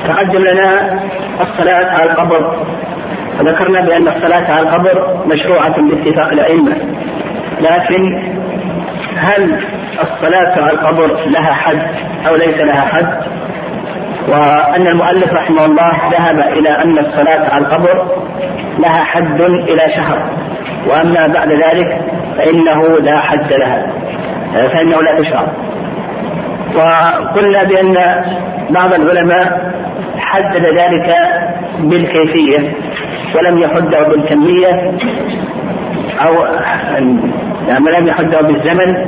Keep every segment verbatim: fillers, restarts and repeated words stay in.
تقدم لنا الصلاة على القبر، وذكرنا بأن الصلاة على القبر مشروعة باتفاق الأئمة، لكن هل الصلاة على القبر لها حد أو ليس لها حد؟ وأن المؤلف رحمه الله ذهب إلى أن الصلاة على القبر لها حد إلى شهر، وأما بعد ذلك فإنه لا حد لها، فإنه لا تشرع. وقلنا بأن بعض العلماء حدد ذلك بالكيفية ولم يحده بالكمية، أو يعني لم يحده بالزمن،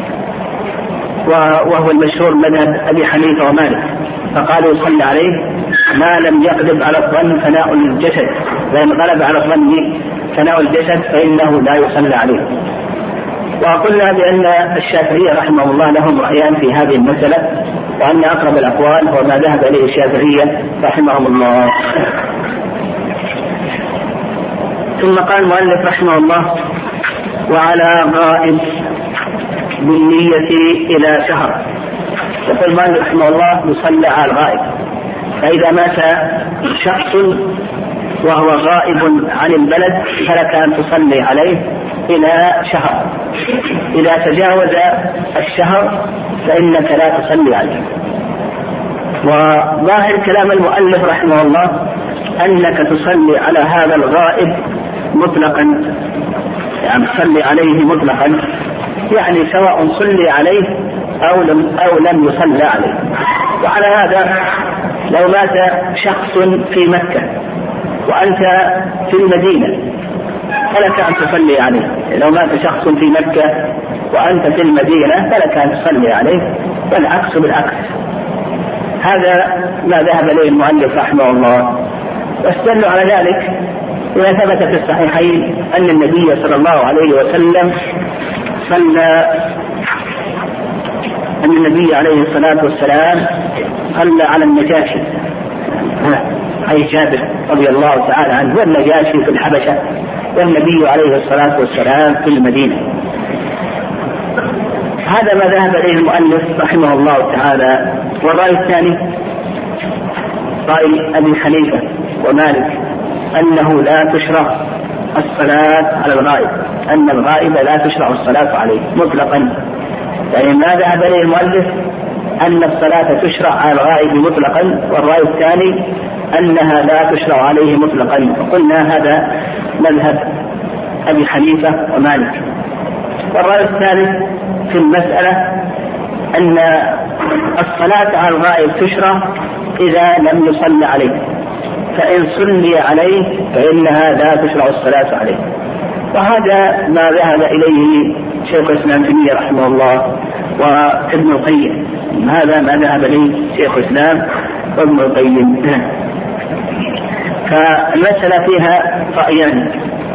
وهو المشهور مذهب أبي حنيفة ومالك، فقالوا يصلى عليه ما لم يقلب على الظن فناء الجسد، فإن غلب على الظن فناء الجسد فإنه لا يصلى عليه. وقلنا بأن الشافعية رحمه الله لهم رأيان في هذه المسألة، وأن أقرب الأقوال هو ما ذهب إليه الشافعية رحمهم الله. ثم قال المؤلف رحمه الله: وعلى غائب بالنية إلى شهر. يقول المؤلف رحمه الله: يصلى على الغائب، فإذا مات شخص وهو غائب عن البلد فلك أن تصلي عليه إلى شهر، إذا تجاوز الشهر فإنك لا تصلي عليه. وظاهر كلام المؤلف رحمه الله أنك تصلي على هذا الغائب مطلقا، يعني تصلي عليه مطلقا، يعني سواء صلي عليه أو لم, أو لم يصلى عليه. وعلى هذا لو مات شخص في مكة وأنت في المدينة فلك أن تصلي عليه، لو مات شخص في مكة وأنت في المدينة فلك أن تصلي عليه، والعكس بالعكس. هذا ما ذهب إليه المؤلف رحمه الله، واستدلوا على ذلك إذا ثبت في الصحيحين أن النبي صلى الله عليه وسلم صلى أن النبي عليه الصلاة والسلام صلى على النجاشي، أي جابر رضي الله تعالى عنه، والنجاشي في الحبشة والنبي عليه الصلاة والسلام في المدينة. هذا ما ذهب إليه المؤلف رحمه الله تعالى. والرأي الثاني رأي أبي حنيفة ومالك أنه لا تشرع الصلاة على الغائب، أن الغائب لا تشرع الصلاة عليه مطلقا. يعني ما ذهب إليه المؤلف أن الصلاة تشرع على الغائب مطلقا، والرأي الثاني أنها لا تشرع عليه مطلقا. فقلنا هذا مذهب أبي حنيفة ومالك. والرأي الثالث في المسألة أن الصلاة على الغائب تشرع إذا لم يصلى عليه، فإن صلي عليه فإنها لا تشرع الصلاة عليه. وهذا ما ذهب إليه شيخ الإسلام تيمية رحمه الله وابن القيم، هذا ما ذهب إليه شيخ الإسلام وابن القيم. فالمسألة فيها رأيان،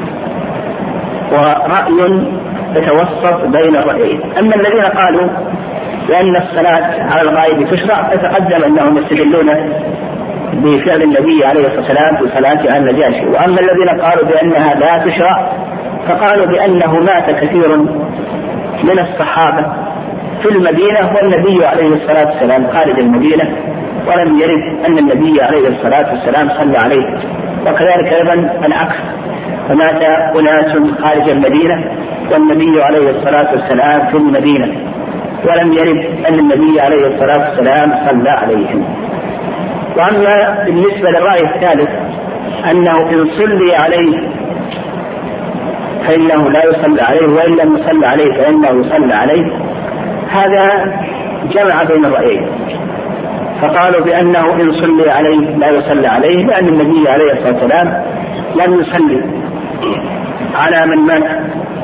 ورأي يتوسط بين الرأيين. أما الذين قالوا بأن الصلاة على الغائب تشرع فتقدم أنهم يستدلون بفعل النبي عليه الصلاة والسلام في صلاته على النجاشي. وأما الذين قالوا بأنها لا تشرع فقالوا بأنه مات كثير من الصحابة في المدينة والنبي عليه الصلاة والسلام خارج المدينة، ولم يرد أن النبي عليه الصلاة والسلام صلى عليه. وكذلك أيضا العكس، فمات أناس خارج المدينة والنبي عليه الصلاة والسلام في المدينة، ولم يرد أن النبي عليه الصلاة والسلام صلى عليهم. وأما بالنسبة للرأي الثالث أنه إن صلي عليه فإنه لا يصلى عليه، وإن لم يصلى عليه فإنه يصلى عليه، هذا جمع بين الرأيين. فقالوا بأنه إن صلي عليه لا يصلى عليه، لأن النبي عليه الصلاة والسلام لم يصلي على من مات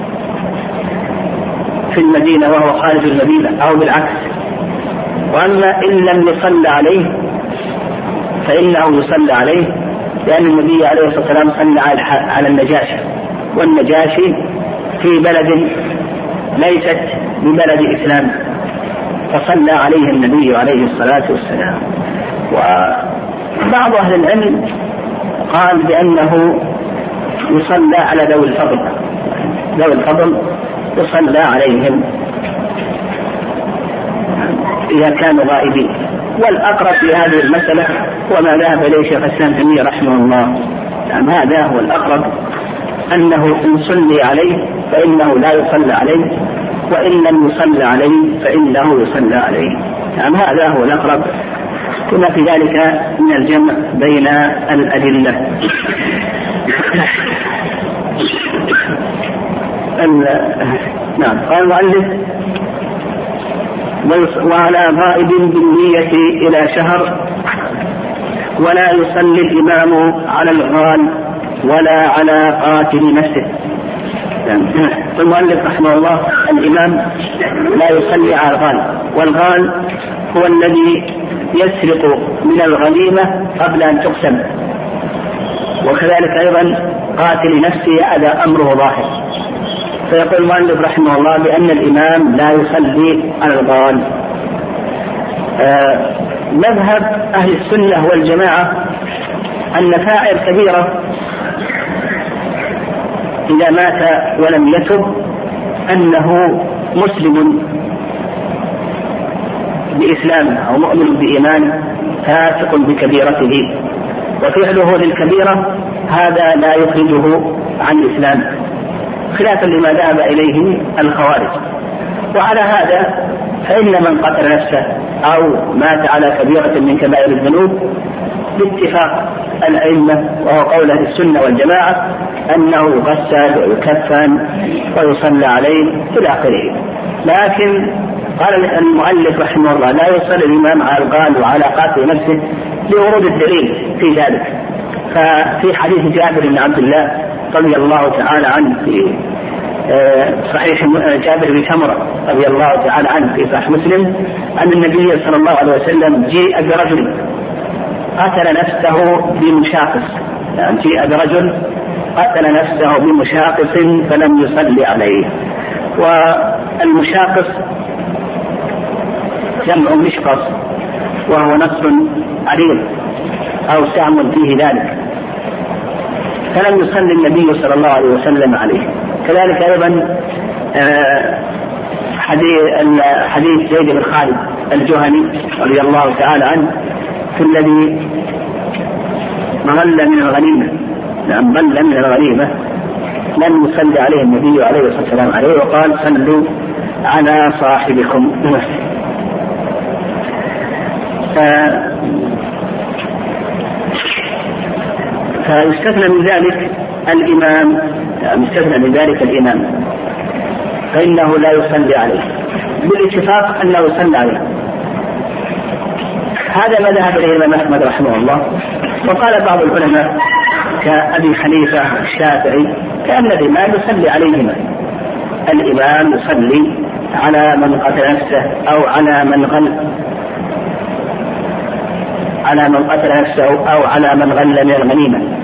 في المدينة وهو خارج المدينة، أو بالعكس. وأما إن لم يصلى عليه فإنه يصلى عليه، لأن النبي عليه الصلاة والسلام صلى على النجاشي، والنجاشي في بلد ليست ببلد إسلام، فصلى عليه النبي عليه الصلاة والسلام. وبعض أهل العلم قال بأنه يصلى على ذوي الفضل، ذوي الفضل يصلى عليهم إذا كانوا غائبين، والأقرب في هذه المسألة وما ذهب إليه شيخ الإسلام ابن تيمية رحمه الله، يعني هذا هو الأقرب، أنه إن صلي عليه فإنه لا يصلى عليه، وإن لم يصلى عليه فإنه يصلى عليه، يعني هذا هو الأقرب، كما في ذلك من الجمع بين الأدلة. نعم. قال المؤلف: وعلى غائب بالنية إلى شهر، ولا يصلي الإمام على الغال ولا على قاتل نفسه. المؤلف رحمه الله: الإمام لا يصلي على الغال، والغال هو الذي يسرق من الغنيمة قبل أن تقسم، وكذلك أيضا قاتل نفسه هذا أمره ظاهر. فيقول المؤلف رحمه الله بأن الإمام لا يصلي على الغال. آه مذهب أهل السنة والجماعة أن فاعل كبيرة إذا مات ولم يتب أنه مسلم بإسلامه أو مؤمن بإيمانه فاسق بكبيرته، وفعله للكبيرة هذا لا يخرجه عن الإسلام، خلافا لما ذهب إليه الخوارج. وعلى هذا فإن من قتل نفسه أو مات على كبيرة من كبائر الذنوب باتفاق الأئمة وهو قول أهل السنة والجماعة أنه يغسل ويكفن ويصلى عليه إلى آخره. لكن قال المؤلف رحمه الله: لا يصلي الإمام على الغال وعلى قاتل نفسه لورود الدليل في ذلك. ففي حديث جابر بن عبد الله رضي الله تعالى عنه في صحيح جابر بن سمرة رضي الله تعالى عنه في صحيح مسلم أن النبي صلى الله عليه وسلم جيء برجل قتل نفسه بمشاقص، يعني جيء برجل قتل نفسه بمشاقص فلم يصلي عليه. والمشاقص جمع مشقص، وهو نص عريض أو سهم فيه ذلك، فلم يصلي النبي صلى الله عليه وسلم عليه. كذلك أيضا حديث زيد بن خالد الجهني رضي الله تعالى عنه في الذي غل من الغنيمة، نعم غل من الغنيمة لم يصلي عليه النبي عليه الصلاة والسلام عليه، وقال: صلوا على صاحبكم. فيستثنى من ذلك الإمام، يستثنى من ذلك الإمام فإنه لا يصلي عليه بالاتفاق أنه يصلي عليه. هذا ما ذهب إليه الإمام أحمد رحمه الله. وقال بعض العلماء كأبي حنيفة الشافعي كأن الإمام يصلي عليهما، الإمام يصلي على من قتل نفسه أو على من غل على من قتل نفسه أو على من غل من الغنيمة.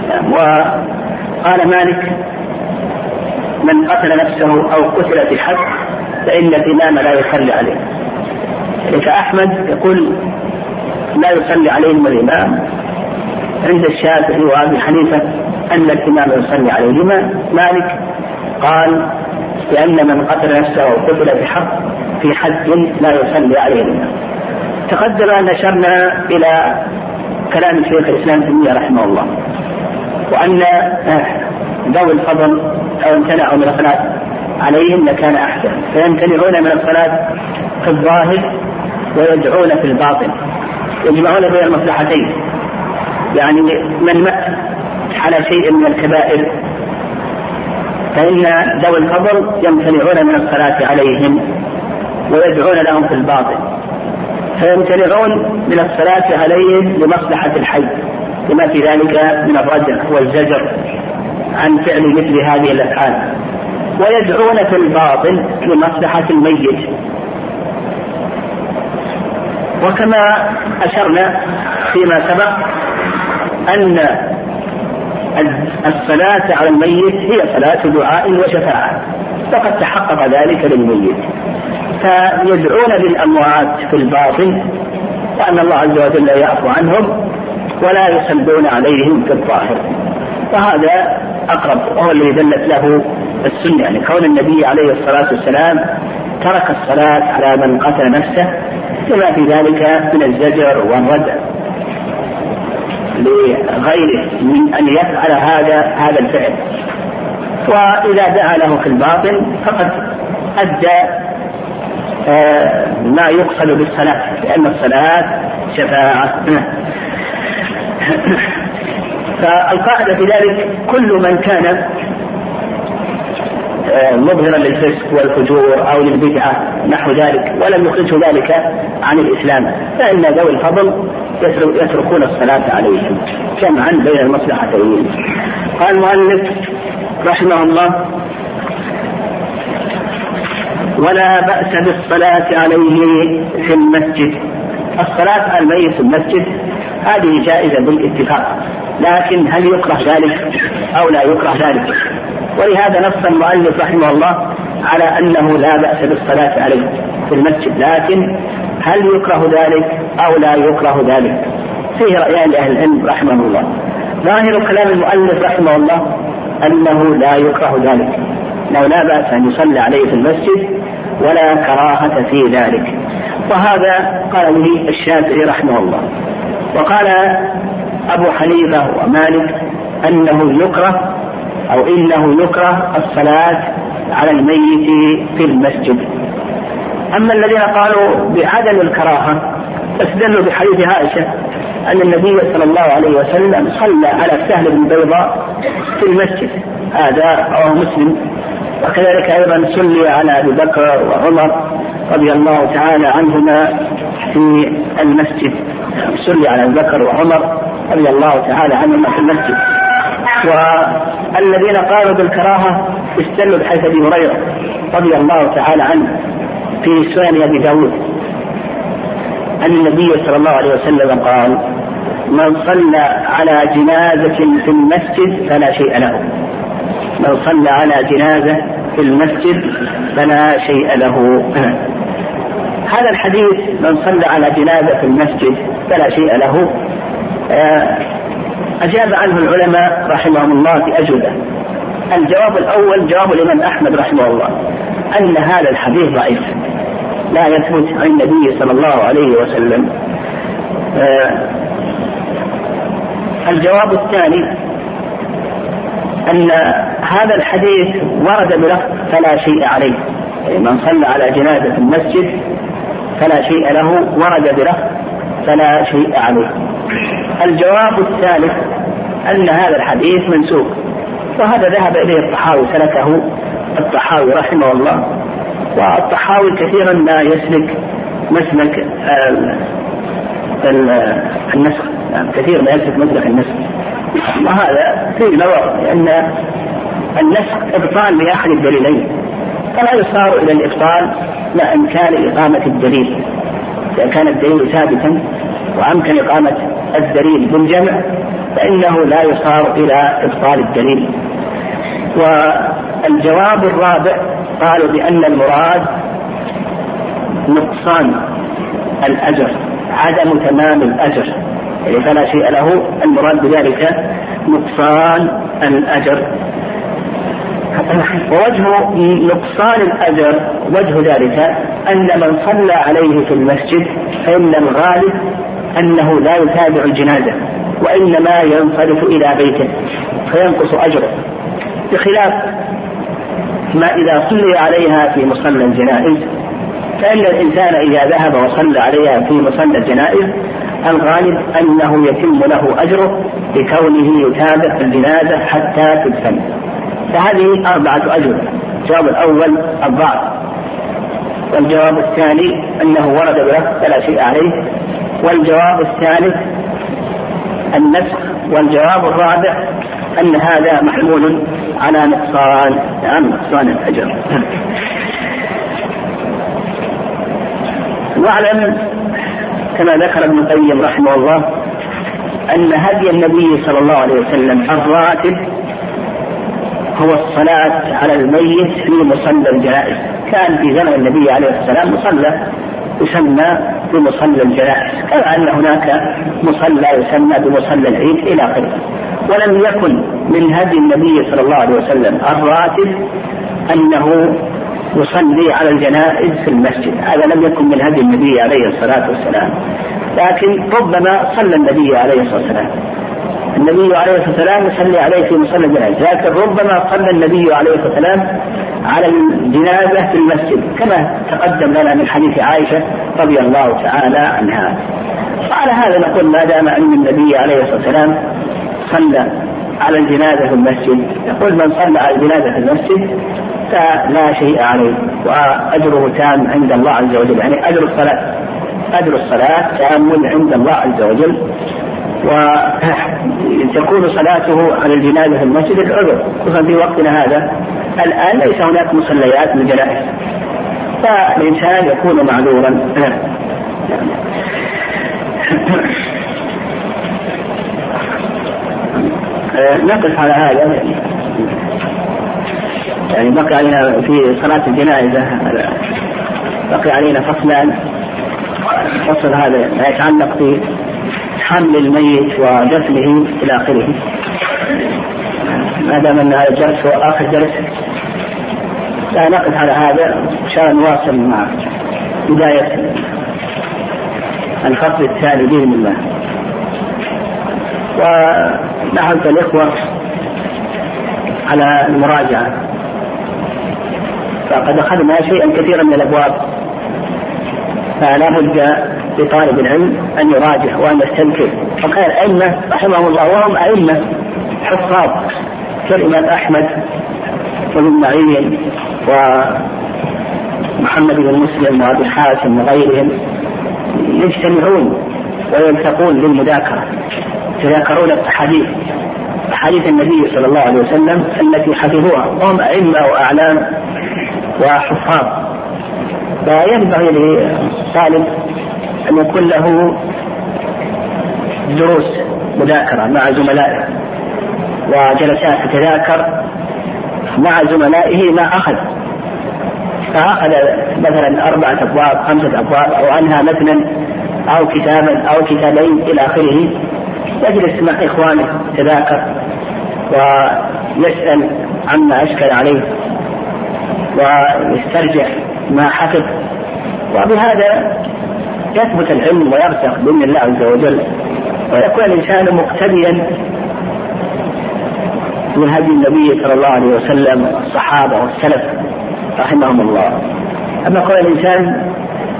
وقال مالك: من قتل نفسه أو قتل في حد فإن الإمام لا يصلي عليه. فأحمد يقول لا يصلي عليهم الإمام، عند الشافعي وأبي حنيفة أن الإمام يصلي عليهما. مالك قال لأن من قتل نفسه أو قتل في حد في حد لا يصلي عليهما. تقدم أن أشرنا إلى كلام شيخ الإسلام ابن تيمية رحمه الله، وأن ذوي الفضل أو امتنعوا من الصلاة عليهم لكان أحسن، فيمتنعون من الصلاة في الظاهر ويدعون في الباطن، يجمعون بين المصلحتين. يعني من مات على شيء من الكبائر فإن ذوي الفضل يمتنعون من الصلاة عليهم ويدعون لهم في الباطن، فيمتنعون من الصلاة عليهم لمصلحة الحي، لما في ذلك من الردع والزجر عن فعل مثل هذه الأفعال، ويدعون في الباطن لمصلحة الميت. وكما أشرنا فيما سبق أن الصلاة على الميت هي صلاة دعاء وشفاعة، فقد تحقق ذلك للميت، فيدعون للأموات في الباطن وأن الله عز وجل يعفو عنهم ولا يصلون عليهم في الظاهر. وهذا أقرب وهو الذي دلت له السنة، يعني كون النبي عليه الصلاة والسلام ترك الصلاة على من قتل نفسه لما في ذلك من الزجر والردع لغيره من أن يفعل هذا هذا الفعل. وإذا دعا له في الباطن فقد أدى ما يقصد بالصلاة، لأن الصلاة شفاعة. فالقاعدة في ذلك كل من كان مظهرا للفسق والفجور أو للبدعة نحو ذلك ولم يخرجه ذلك عن الإسلام فإن ذوي الفضل يتركون الصلاة عليهم جمعا بين المصلحتين. قال المؤلف رحمه الله: ولا بأس بالصلاة عليه في المسجد. الصلاة على الميت في المسجد هذه جائزة بالاتفاق، لكن هل يكره ذلك أو لا يكره ذلك؟ ولهذا نص المؤلف رحمه الله على أنه لا بأس بالصلاة عليه في المسجد، لكن هل يكره ذلك أو لا يكره ذلك؟ فيه رأيان لأهل العلم رحمه الله. ظاهر كلام المؤلف رحمه الله أنه لا يكره ذلك، أنه لا بأس أن يصلى عليه في المسجد ولا كراهة في ذلك، وهذا قال به الشافعي رحمه الله. وقال أبو حنيفة ومالك أنه يكره أو إنه يكره الصلاة على الميت في المسجد. أما الذين قالوا بعدم الكراهة استدلوا بحديث عائشة أن النبي صلى الله عليه وسلم صلى على سهل بن بيضاء في المسجد، هذا رواه مسلم. وكذلك أيضا صلي على أبي بكر وعمر رضي الله تعالى عنهما في المسجد، صلي على أبي بكر وعمر رضي الله تعالى عنهما في المسجد. والذين قالوا بالكراهة استدلوا بحديث أبي هريرة رضي الله تعالى عنه في سنن أبي داود أن النبي صلى الله عليه وسلم قال: من صلى على جنازة في المسجد فلا شيء له. من صلى على جنازة في المسجد فلا شيء له. هذا الحديث من صلى على جنازة في المسجد فلا شيء له أجاب عنه العلماء رحمهم الله بأجوبة. الجواب الأول جواب الإمام أحمد رحمه الله أن هذا الحديث ضعيف لا يثبت عن النبي صلى الله عليه وسلم. الجواب الثاني أن هذا الحديث ورد بلفظ فلا شيء عليه، من صلى على جنازة في المسجد فلا شيء له، ورد بلفظ فلا شيء عليه. الجواب الثالث أن هذا الحديث منسوخ، وهذا ذهب إليه الطحاوي، سلكه الطحاوي رحمه الله. والطحاوي كثيرا ما يسلك مسلك النسخ، يعني كثير ما يسلك مسلك النسخ، وهذا فيه نظر، لأن النسخ إبطال لأحد الدليلين، فلا يصار إلى الإبطال مع إمكان إقامة الدليل. إذا كان الدليل ثابتا وأمكن إقامة الدليل بالجمع فإنه لا يصار إلى إبطال الدليل. والجواب الرابع قالوا بأن المراد نقصان الأجر، عدم تمام الأجر، يعني فلا شيء له، المراد بذلك نقصان الأجر. ووجه نقصان الأجر وجه ذلك أن من صلى عليه في المسجد فإن الغالب أنه لا يتابع الجنازة وإنما ينصرف إلى بيته فينقص أجره، بخلاف ما إذا صلي عليها في مصلى الجنائز، فإن الإنسان إذا ذهب وصلى عليها في مصلى الجنائز الغالب أنه يتم له أجره لكونه يتابع الجنازة حتى تدفن. فهذه أربعة أجر: الجواب الأول الضعف، والجواب الثاني أنه ورد بلفظ فلا شيء عليه، والجواب الثالث النسخ، والجواب الرابع أن هذا محمول على نقصان عن نقصان الأجر. واعلم كما ذكر ابن القيم رحمه الله أن هدي النبي صلى الله عليه وسلم الراتب هو الصلاة على الميت في مصلى الجنائز. كان في زمن النبي عليه السلام مصلى يسمى بمصلى الجنائز، كما أن هناك مصلى يسمى بمصلى العيد إلى آخره. ولم يكن من هدي النبي صلى الله عليه وسلم الراتب أنه يصلي على الجنائز في المسجد، هذا لم يكن من هدي النبي عليه الصلاة والسلام، لكن ربما صلى النبي عليه الصلاة والسلام النبي عليه الصلاة والسلام يصلي عليه في مصلى الجنائز، لكن ربما صلى النبي عليه الصلاة والسلام على الجنازة في المسجد كما تقدم لنا من حديث عائشة رضي الله تعالى عنها. وعلى هذا نقول ما دام أن النبي عليه الصلاة والسلام صلى على الجنازة في المسجد، يقول من صلى على الجنازة في المسجد فلا شيء عليه وأجره تام عند الله عز وجل، يعني أجر الصلاة أجر الصلاة تام عند الله عز وجل، وتكون صلاته على الجنازة في المسجد العذر، خصوصا في وقتنا هذا الآن ليس هناك مصليات للجنائز، فالإنسان يكون معذورا. نقف على هذا، يعني بقي علينا في صلاة الجنائز بقي علينا فصلان. فصل هذا ما يتعلق في حمل الميت ودفنه إلى آخره. ما دام أن هذا الجلس هو آخر جلس لا نقف على هذا، عشان نواصل مع بداية الفصل الثاني بإذن الله. ونحث الإخوة على المراجعة، فقد أخذنا شيئا كثيرا من الأبواب، فلا بد لطالب العلم أن يراجع وأن يستذكر. وكان الأئمة رحمهم الله وهم أئمة حفاظ كالإمام أحمد وابن معين ومحمد بن مسلم وأبي حاتم وغيرهم يجتمعون ويلتقون للمذاكرة، يتذاكرون الأحاديث أحاديث النبي صلى الله عليه وسلم التي حفظوها، وهم أئمة وأعلام وحفاظ. فينبغي للطالب أن يكون له دروس مذاكرة مع زملائه وجلسات يتذاكر مع زملائه ما أخذ، فأخذ مثلا أربعة أبواب خمسة أبواب أو عنها مثلا أو كتابا أو كتابين إلى آخره، يجلس مع إخوانه يتذاكر ويسأل عما أشكل عليه ويسترجع ما حفظ، وبهذا يثبت العلم ويرسخ بإذن الله عز وجل، ويكون الإنسان مقتديا من هدي النبي صلى الله عليه وسلم والصحابة والسلف رحمهم الله. أما كون الإنسان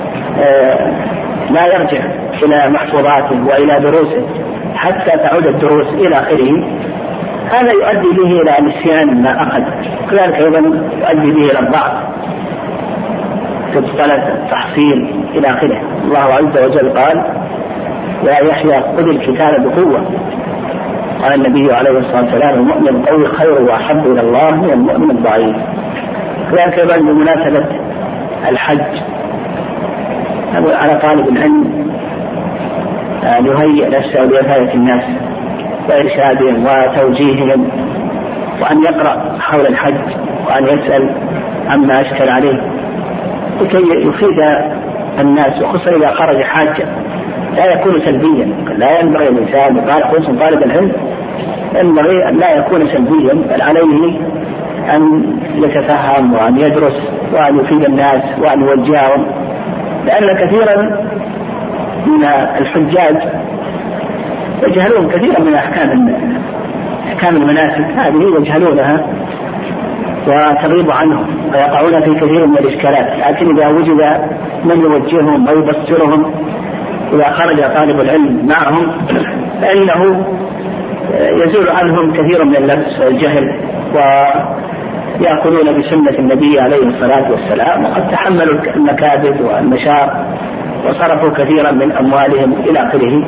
لا يرجع إلى محفوظاته وإلى دروسه حتى تعود الدروس إلى آخره، هذا يؤدي به إلى نسيان ما أخذ، كذلك أيضا يؤدي به إلى الضعف في الطلب التحصيل إلى آخره. الله عز وجل قال يا يحيى خذ الكتاب بقوة، قال النبي عليه الصلاة والسلام المؤمن القوي خير وأحب إلى الله من المؤمن الضعيف. كذلك أيضا بمناسبة الحج على طالب العلم أن يهيئ نفسه لإفادة الناس وإرشادهم وتوجيههم، وأن يقرأ حول الحج وأن يسأل عما أشكل عليه لكي يفيد الناس، وخصوصا إذا خرج حاجة لا يكون سلبيا. لا ينبغي الإنسان خصوصا طالب العلم ينبغي أن لا يكون سلبيا، بل عليه أن يتفهم وأن يدرس وأن يفيد الناس وأن يوجههم، لأن كثيرا من الحجاج يجهلون كثيرا من أحكام أحكام المناسك هذه، يجهلونها وتغيب عنهم ويقعون في كثير من الإشكالات، لكن إذا وجد من يوجههم ويبصرهم إذا خرج طالب العلم معهم فإنه يزول عنهم كثير من اللبس والجهل، ويأخذون بسنة النبي عليه الصلاة والسلام، وقد تحملوا المكابد والمشاق وصرفوا كثيرا من أموالهم إلى آخره.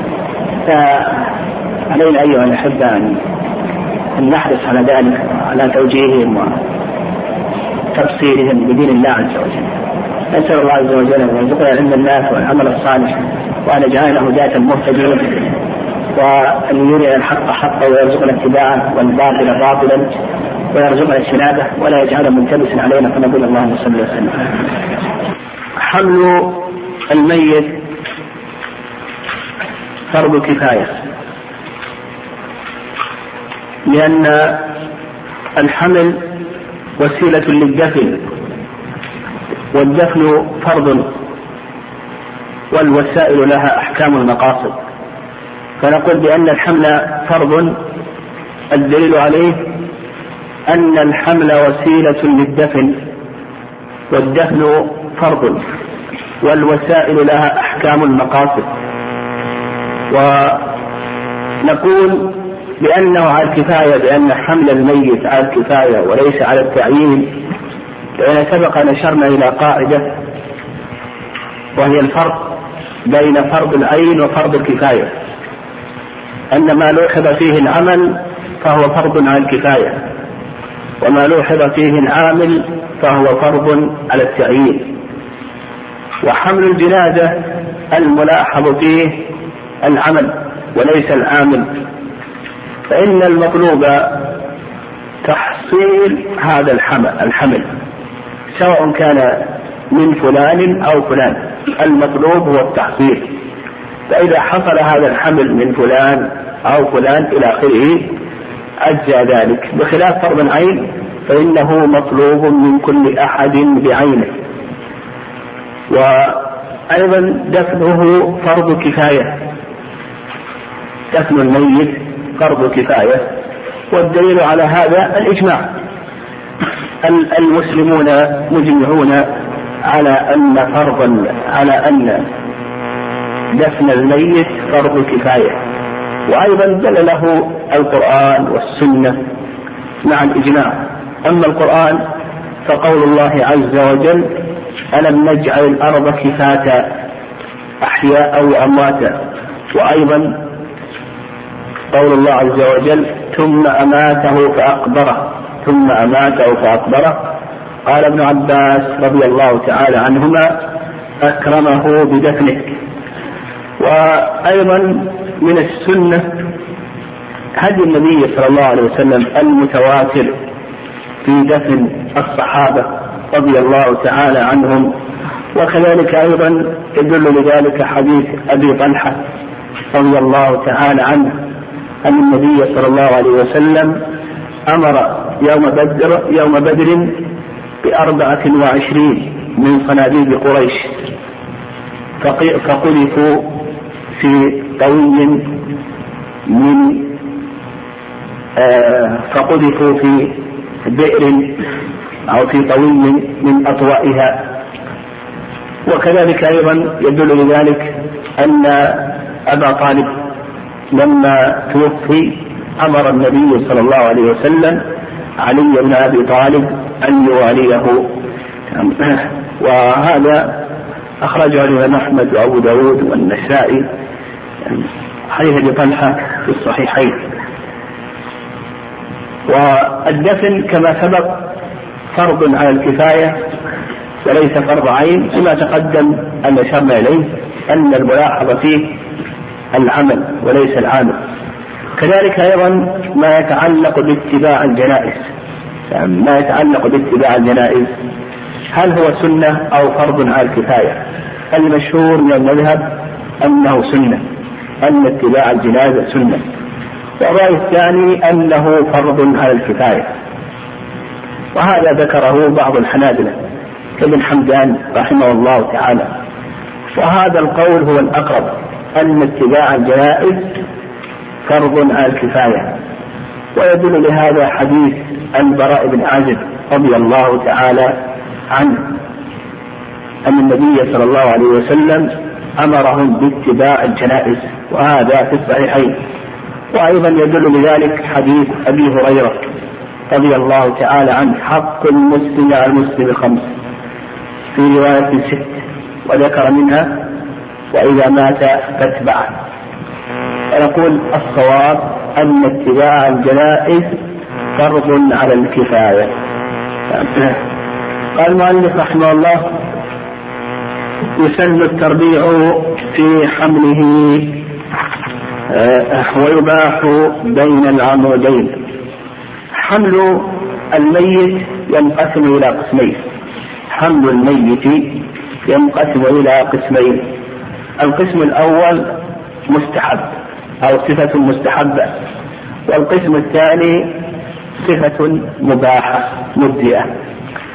فعلينا أيها الأحبة أن نحرص على ذلك وعلى توجيههم وتبصيرهم بدين الله عز وجل. نسأل الله عز وجل أن يرزقنا علم الناس والعمل الصالح، وأن يجعلنا هداة مهتدين، وأن يرينا الحق حقا ويرزقنا اتباعه والباطل باطلا ويرزقنا اجتنابه، ولا يجعله ملتبسا علينا، فنقول اللهم صل وسلم. حمل الميت فرض كفاية، لأن الحمل وسيلة للدفن والدفن فرض والوسائل لها أحكام المقاصد، فنقول بأن الحمل فرض. الدليل عليه أن الحمل وسيلة للدفن، والدفن فرض والوسائل لها أحكام المقاصد. ونقول بأنه على الكفاية، بأن حمل الميت على الكفاية وليس على التعيين، لأن سبق نشرنا إلى قاعدة وهي الفرق بين فرض العين وفرض الكفاية، أن ما لوحظ فيه العمل فهو فرض على الكفاية، وما لوحظ فيه العامل فهو فرض على التعيين. وحمل الجنازة الملاحظ فيه العمل وليس العامل، فإن المطلوب تحصيل هذا الحمل سواء كان من فلان أو فلان، المطلوب هو التحصيل. فإذا حصل هذا الحمل من فلان أو فلان إلى آخره أجزى ذلك، بخلاف فرض العين فإنه مطلوب من كل أحد بعينه. وأيضا دفنه فرض كفاية، دفن الميت فرض كفاية، والدليل على هذا الإجماع. المسلمون مجمعون على أن فرضا على أن دفن الميت فرض كفاية، وأيضا دل له القرآن والسنة مع الإجماع. أما القرآن فقول الله عز وجل: ألم نجعل الأرض كفاتا أحياء وأمواتا، وأيضا قول الله عز وجل: ثم أماته فأقبره ثم أماته فأقبره. قال ابن عباس رضي الله تعالى عنهما: أكرمه بدفنه. وأيضا من السنة هدي النبي صلى الله عليه وسلم المتواتر في دفن الصحابة رضي الله تعالى عنهم، وكذلك أيضا يدل لذلك حديث أبي طلحة رضي الله تعالى عنه أن النبي صلى الله عليه وسلم أمر يوم بدر يوم بدر بأربعة وعشرين من صناديد قريش، فقذفوا في طوي من آه فقذفوا في بئر أو في طوي من أطوائها. وكذلك أيضا يدل لذلك أن أبا طالب لما توفي أمر النبي صلى الله عليه وسلم علي بن أبي طالب أن يواليه، وهذا أخرجه الإمام أحمد وأبو داود والنسائي حديث أبي طلحة في الصحيحين. والدفن كما سبق فرض على الكفاية وليس فرض عين، كما تقدم أن أشرنا إليه أن الملاحظة فيه العمل وليس العامل. كذلك أيضا ما يتعلق باتباع الجنائز، ما يتعلق باتباع الجنائز هل هو سنة أو فرض على الكفاية؟ المشهور من المذهب أنه سنة، أن اتباع الجنازة سنة، والرأي الثاني أنه فرض على الكفاية، وهذا ذكره بعض الحنابلة كابن حمدان رحمه الله تعالى. وهذا القول هو الأقرب، أن اتباع الجنائز فرض على الكفاية. ويدل لهذا حديث البراء بن عازب رضي الله تعالى عنه أن النبي صلى الله عليه وسلم أمرهم باتباع الجنائز، وهذا في الصحيحين. وأيضا يدل لذلك حديث أبي هريرة رضي الله تعالى عنه: حق المسلم على المسلم خمس، في رواية ست، وذكر منها: وإذا مات فاتبعه. ونقول الصواب أن اتباع الجنائز فرض على الكفاية. قال المؤلف رحمه الله: يسن التربيع في حمله ويباح بين العمودين. حمل الميت ينقسم إلى قسمين، حمل الميت ينقسم إلى قسمين. القسم الأول مستحب أو صفة مستحبة، والقسم الثاني صفة مباحة مجزئة.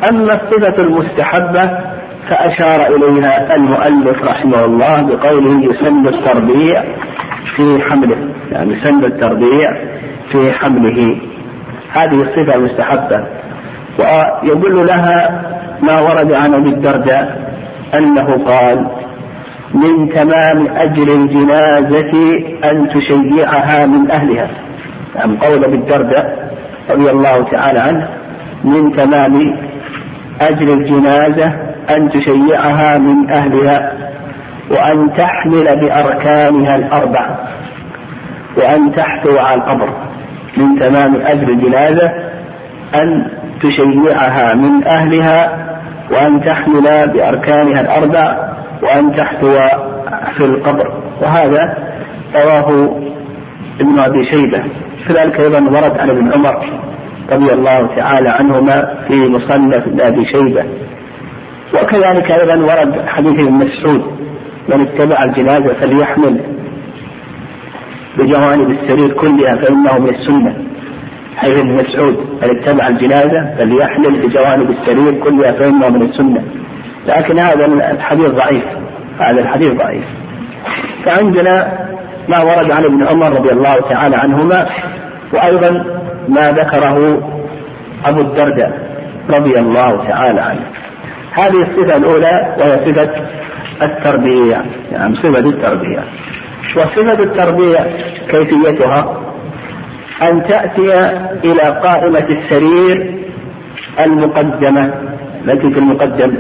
أما الصفة المستحبة فأشار إليها المؤلف رحمه الله بقوله يسن التربيع في حمله، يعني يسن التربيع في حمله. هذه الصفة المستحبة، ويدل لها ما ورد عن أبي الدرداء أنه قال: من تمام أجر الجنازة أن تشيعها من أهلها. يعني قول أبي الدرداء رضي الله تعالى عنه: من تمام أجر الجنازة أن تشيعها من أهلها، وأن تحمل بأركانها الأربع، وأن تحتوي على القبر. من تمام أجر الجنازة أن تشيعها من أهلها، وأن تحمل بأركانها الأربع، وأن تحتوى في القبر. وهذا رواه ابن أبي شيبة. كذلك أيضا ورد عن ابن عمر رضي الله تعالى عنهما في مصنف أبي شيبة. وكذلك أيضا ورد حديث ابن مسعود: من اتبع الجنازة فليحمل بجوانب السرير كلها فإنه من السنة. حديث ابن مسعود: من اتبع الجنازة فليحمل بجوانب السرير كلها فإنه من السنة. لكن هذا الحديث ضعيف، هذا الحديث ضعيف. فعندنا ما ورد عن ابن عمر رضي الله تعالى عنهما، وأيضا ما ذكره أبو الدرداء رضي الله تعالى عنه. هذه الصفة الأولى وهي صفة التربية، يعني صفة التربية. وصفة التربية كيفيتها أن تأتي إلى قائمة السرير المقدمة التي في المقدم،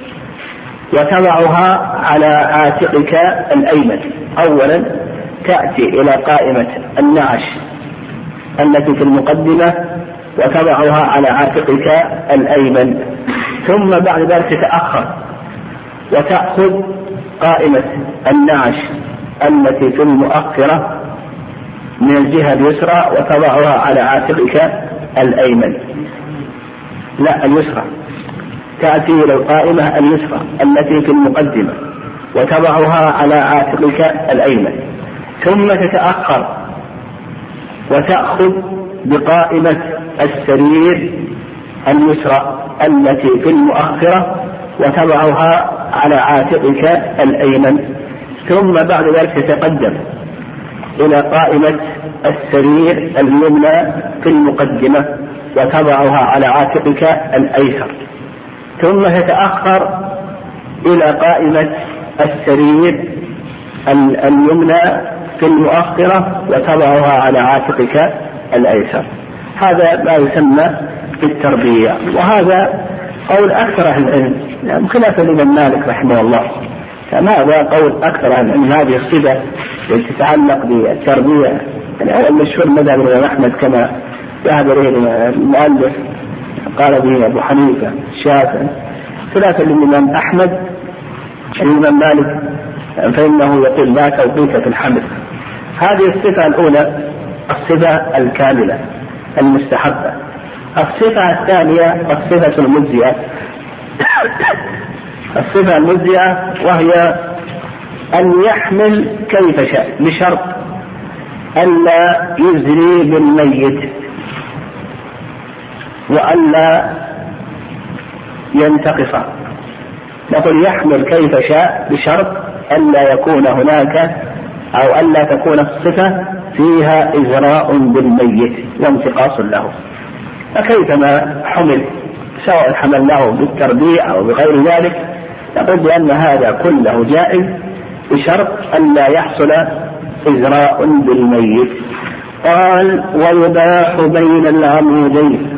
وتضعها على عاتقك الأيمن. أولا تأتي إلى قائمة النعش التي في المقدمة وتضعها على عاتقك الأيمن، ثم بعد ذلك تتأخر وتأخذ قائمة النعش التي في المؤخرة من الجهة اليسرى وتضعها على عاتقك الأيمن. لا، اليسرى. تأتي إلى القائمة اليسرى التي في المقدمة وتضعها على عاتقك الأيمن، ثم تتأخر وتأخذ بقائمة السرير اليسرى التي في المؤخرة وتضعها على عاتقك الأيمن، ثم بعد ذلك تتقدم إلى قائمة السرير اليمنى في المقدمة وتضعها على عاتقك الأيسر، ثم تتأخر إلى قائمة السرير اليمنى في المؤخرة وتضعها على عاتقك الأيسر. هذا ما يسمى بالتربية، وهذا قول أكثر أهل العلم، يعني خلافا لمن مالك رحمه الله. فهذا قول أكثر أهل العلم. هذه الصفة التي تتعلق بالتربية يعني المشهور مذهب الإمام أحمد كما ذهب إليه المؤلف، قال به أبو حنيفة الشافعي، خلافا للإمام أحمد. الإمام مالك فإنه يقول لا توقيت في الحمل. هذه الصفة الأولى الصفة الكاملة المستحبة. الصفة الثانية الصفة المجزئة. الصفة المجزئة وهي أن يحمل كيف شاء بشرط ألا يزري بالميت وألا ينتقص. نقول يحمل كيف شاء بشرط ألا يكون هناك أو ألا تكون الصفة فيها إزراء بالميت وانتقاص له. فكيفما حمل سواء حملناه بالتربيع أو بغير ذلك نقول بأن هذا كله جائز بشرط ألا يحصل إزراء بالميت. قال ويباح بين العمودين.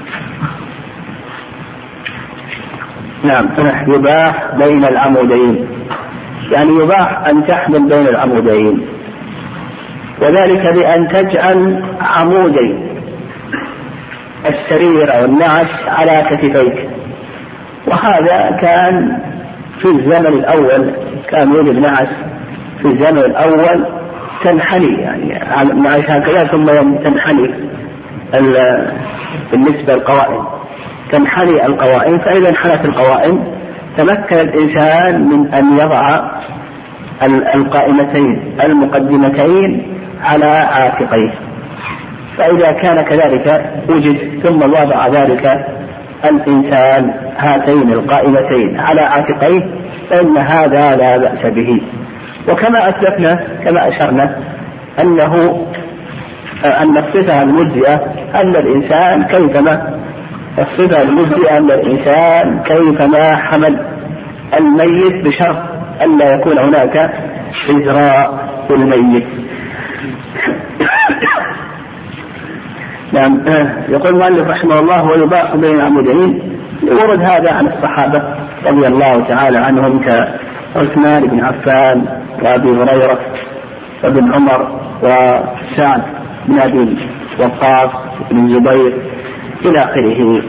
نعم، يباح بين العمودين، يعني يباح أن تحمل بين العمودين، وذلك بأن تجعل عمودي السرير أو النعش على كتفيك. وهذا كان في الزمن الأول، كان يوجد نعش في الزمن الأول تنحني، يعني النعش هكذا ثم تنحني بالنسبة للقوائم، تنحني القوائم. فإذا انحنت القوائم تمكن الإنسان من أن يضع القائمتين المقدمتين على عاتقيه. فإذا كان كذلك وجد ثم وضع ذلك الإنسان هاتين القائمتين على عاتقيه فإن هذا لا بأس به. وكما أسلفنا كما أشرنا أنه أن الصفة المجزئة أن الإنسان كيفما الصفة المجزئة أن الإنسان كيفما حمل الميت بشرط أن لا يكون هناك إجراء بالميت. نعم. يقول المؤلف رحمه الله ويباح بين عمودين ورد هذا عن الصحابة رضي الله تعالى عنهم كعثمان بن عفان وأبي هريرة وابن عمر وسعد بن أبي وقاص بن الزبير إلى آخره.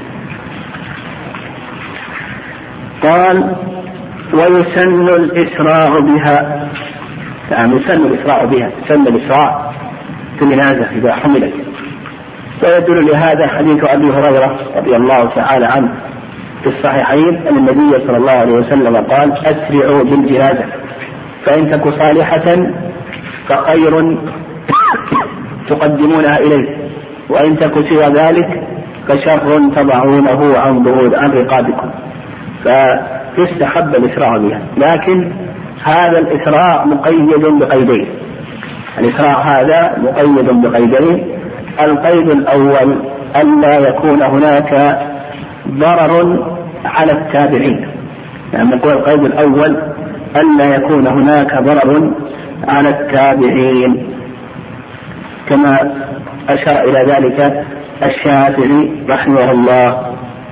قال ويسن الإسراع بها، يعني يسن الإسراع بها، يسن الإسراع في الجنازة إذا حملت. ويدل لهذا حديث أبي هريرة رضي الله تعالى عنه في الصحيحين أن النبي صلى الله عليه وسلم قال أسرعوا بالجنازة فإن تك صالحة فخير تقدمونها إليه وإن تك سوى ذلك فشر تضعونه عن ظهور عن رقابكم. فيستحب الإسراع بها، لكن هذا الإسراع مقيد بقيدين. الإسراع هذا مقيد بقيدين. القيد الأول ألا يكون هناك ضرر على التابعين، يعني نقول القيد الأول ألا يكون هناك ضرر على التابعين كما أشار إلى ذلك الشافعي رحمه الله.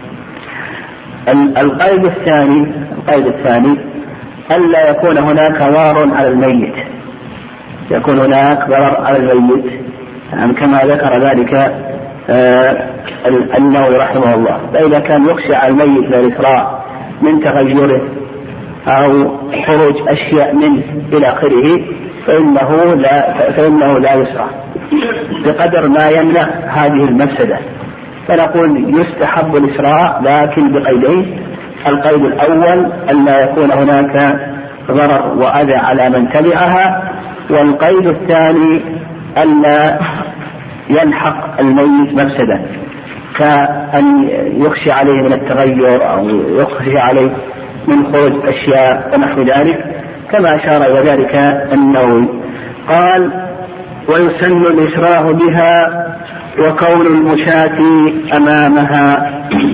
القيد الثاني القيد الثاني ألا يكون هناك ضرر على الميت، يكون هناك ضرر على الميت يعني كما ذكر ذلك آه النووي رحمه الله. فإذا كان يخشى على الميت من الإسراع من تغيره أو خروج أشياء منه إلى آخره فإنه لا فإنه لا يسرع بقدر ما يمنع هذه المفسدة. فنقول يستحب الإسراع لكن بقيدين. القيد الأول ألا يكون هناك ضرر وأذى على من تبعها، والقيد الثاني ألا يلحق الميت مفسدة كأن يخشى عليه من التغير أو يخشى عليه من خروج أشياء ونحو ذلك كما أشار إلى ذلك النووي. قال ويسن الإسراع بها وكون المشاة أمامها.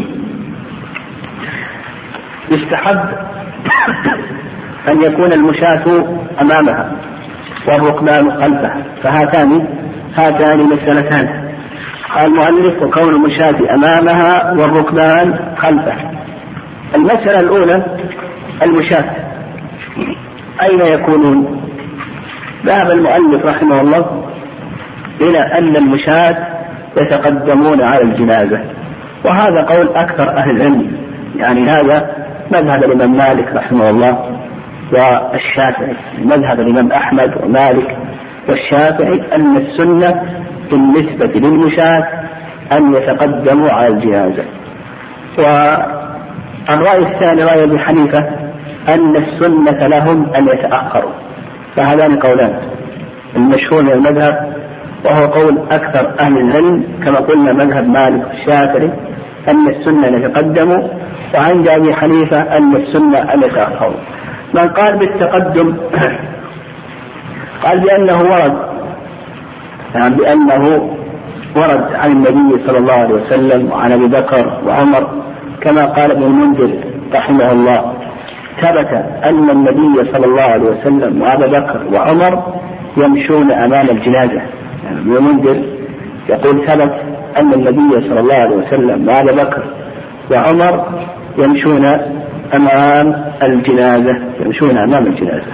يستحب أن يكون المشاة أمامها والركبان خلفها، فهاتان هاتان مسألتان. قال المؤلف وكون المشاة أمامها والركبان خلفها. المسألة الأولى المشاة أين يكونون؟ ذهب المؤلف رحمه الله إلى أن المشاة يتقدمون على الجنازة، وهذا قول أكثر أهل العلم، يعني هذا مذهب الإمام مالك رحمه الله والشافعي، مذهب الإمام أحمد ومالك والشافعي أن السنة بالنسبة للمشاة أن يتقدموا على الجنازة. والرأي الثاني رأي أبي حنيفة أن السنة لهم أن يتأخروا. فهذان قولان، المشهور من المذهب وهو قول أكثر أهل العلم كما قلنا مذهب مالك والشافعي أن السنة أن يتقدموا، وعند أبي حنيفة أن السنة أن يتأخروا. من قال بالتقدم قال بأنه ورد يعني بأنه ورد عن النبي صلى الله عليه وسلم وعن أبي بكر وعمر كما قال ابن المنذر رحمه الله، ثبت أن النبي صلى الله عليه وسلم وأبا بكر وعمر يمشون أمام الجنازة. يعني ابن المنذر يقول ثبت أن النبي صلى الله عليه وسلم وأبا بكر وعمر يمشون أمام الجنازة يمشون أمام الجنازة.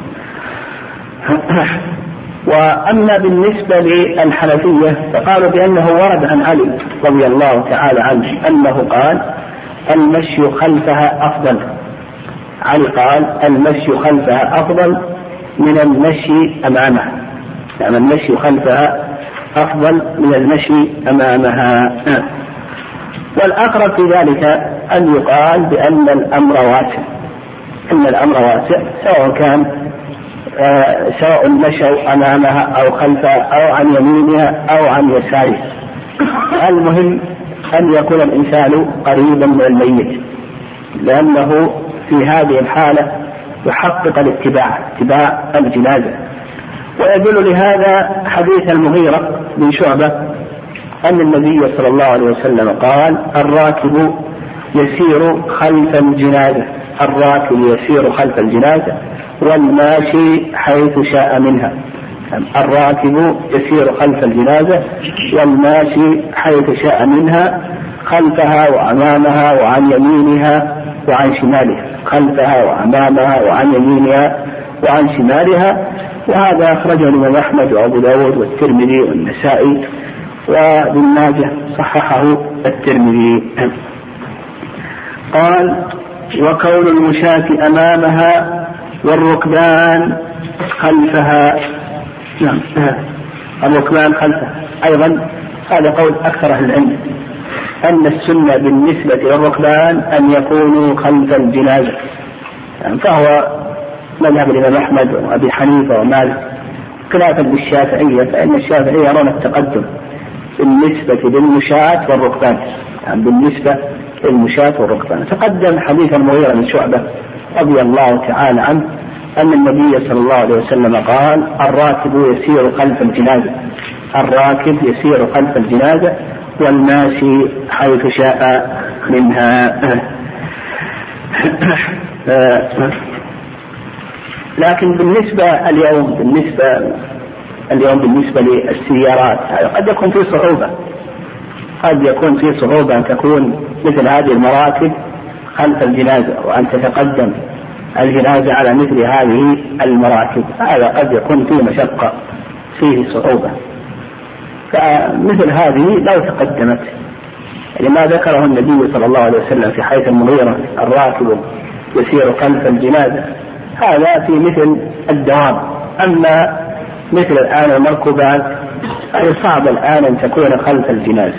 وأما بالنسبة للحنفية فقالوا بأنه ورد عن علي رضي الله تعالى عنه أنه قال المشي خلفها أفضل. علي قال المشي خلفها أفضل من المشي أمامها، يعني المشي خلفها أفضل من المشي أمامها. والأقرب في ذلك أن يقال بأن الأمر واسع، أن الأمر واسع سواء كان آه سواء مشوا أمامها أو خلفها أو عن يمينها أو عن يسارها. المهم أن يكون الإنسان قريبا من الميت، لأنه في هذه الحالة يحقق الاتباع اتباع الجنازة. ويدل لهذا حديث المغيرة بن شعبة أن النبي صلى الله عليه وسلم قال: الراكب يسير خلف الجنازة الراكب يسير خلف الجنازة والماشي حيث شاء منها. الراكب يسير خلف الجنازة والماشي حيث شاء منها، خلفها وأمامها وعن يمينها وعن شمالها، خلفها وأمامها وعن يمينها وعن شمالها. وهذا أخرجه الإمام أحمد وأبو داود والترمذي والنسائي وابن ماجه، صححه الترمذي. قال: وكون المشاة أمامها والركبان خلفها. نعم، الركبان خلفها أيضا. هذا قول أكثر أهل العلم أن السنة بالنسبة للركبان أن يكونوا خلف الجنازة، يعني فهو مذهب الإمام أحمد وأبي حنيفة ومالك، خلافا للشافعية، فإن الشافعية يرون التقدم بالنسبة للمشاة والركبان، يعني بالنسبة للمشاة والركبان. تقدم حديث المغيرة بن شعبة رضي الله تعالى عنه أن النبي صلى الله عليه وسلم قال: الراكب يسير خلف الجنازة الراكب يسير خلف الجنازة والماشي حيث شاء منها. لكن بالنسبة اليوم بالنسبة اليوم بالنسبة للسيارات قد يكون في صعوبة قد يكون في صعوبة أن تكون مثل هذه المراكب خلف الجنازة وأن تتقدم الجنازة على مثل هذه المراكب، هذا قد يكون فيه مشقة فيه صعوبة. فمثل هذه لو تقدمت لما ذكره النبي صلى الله عليه وسلم في حديث المغيرة: الراكب يسير خلف الجنازة، هذا في مثل الدوام. أما مثل الآن المركوبات أي صعب الآن أن تكون خلف الجنازة،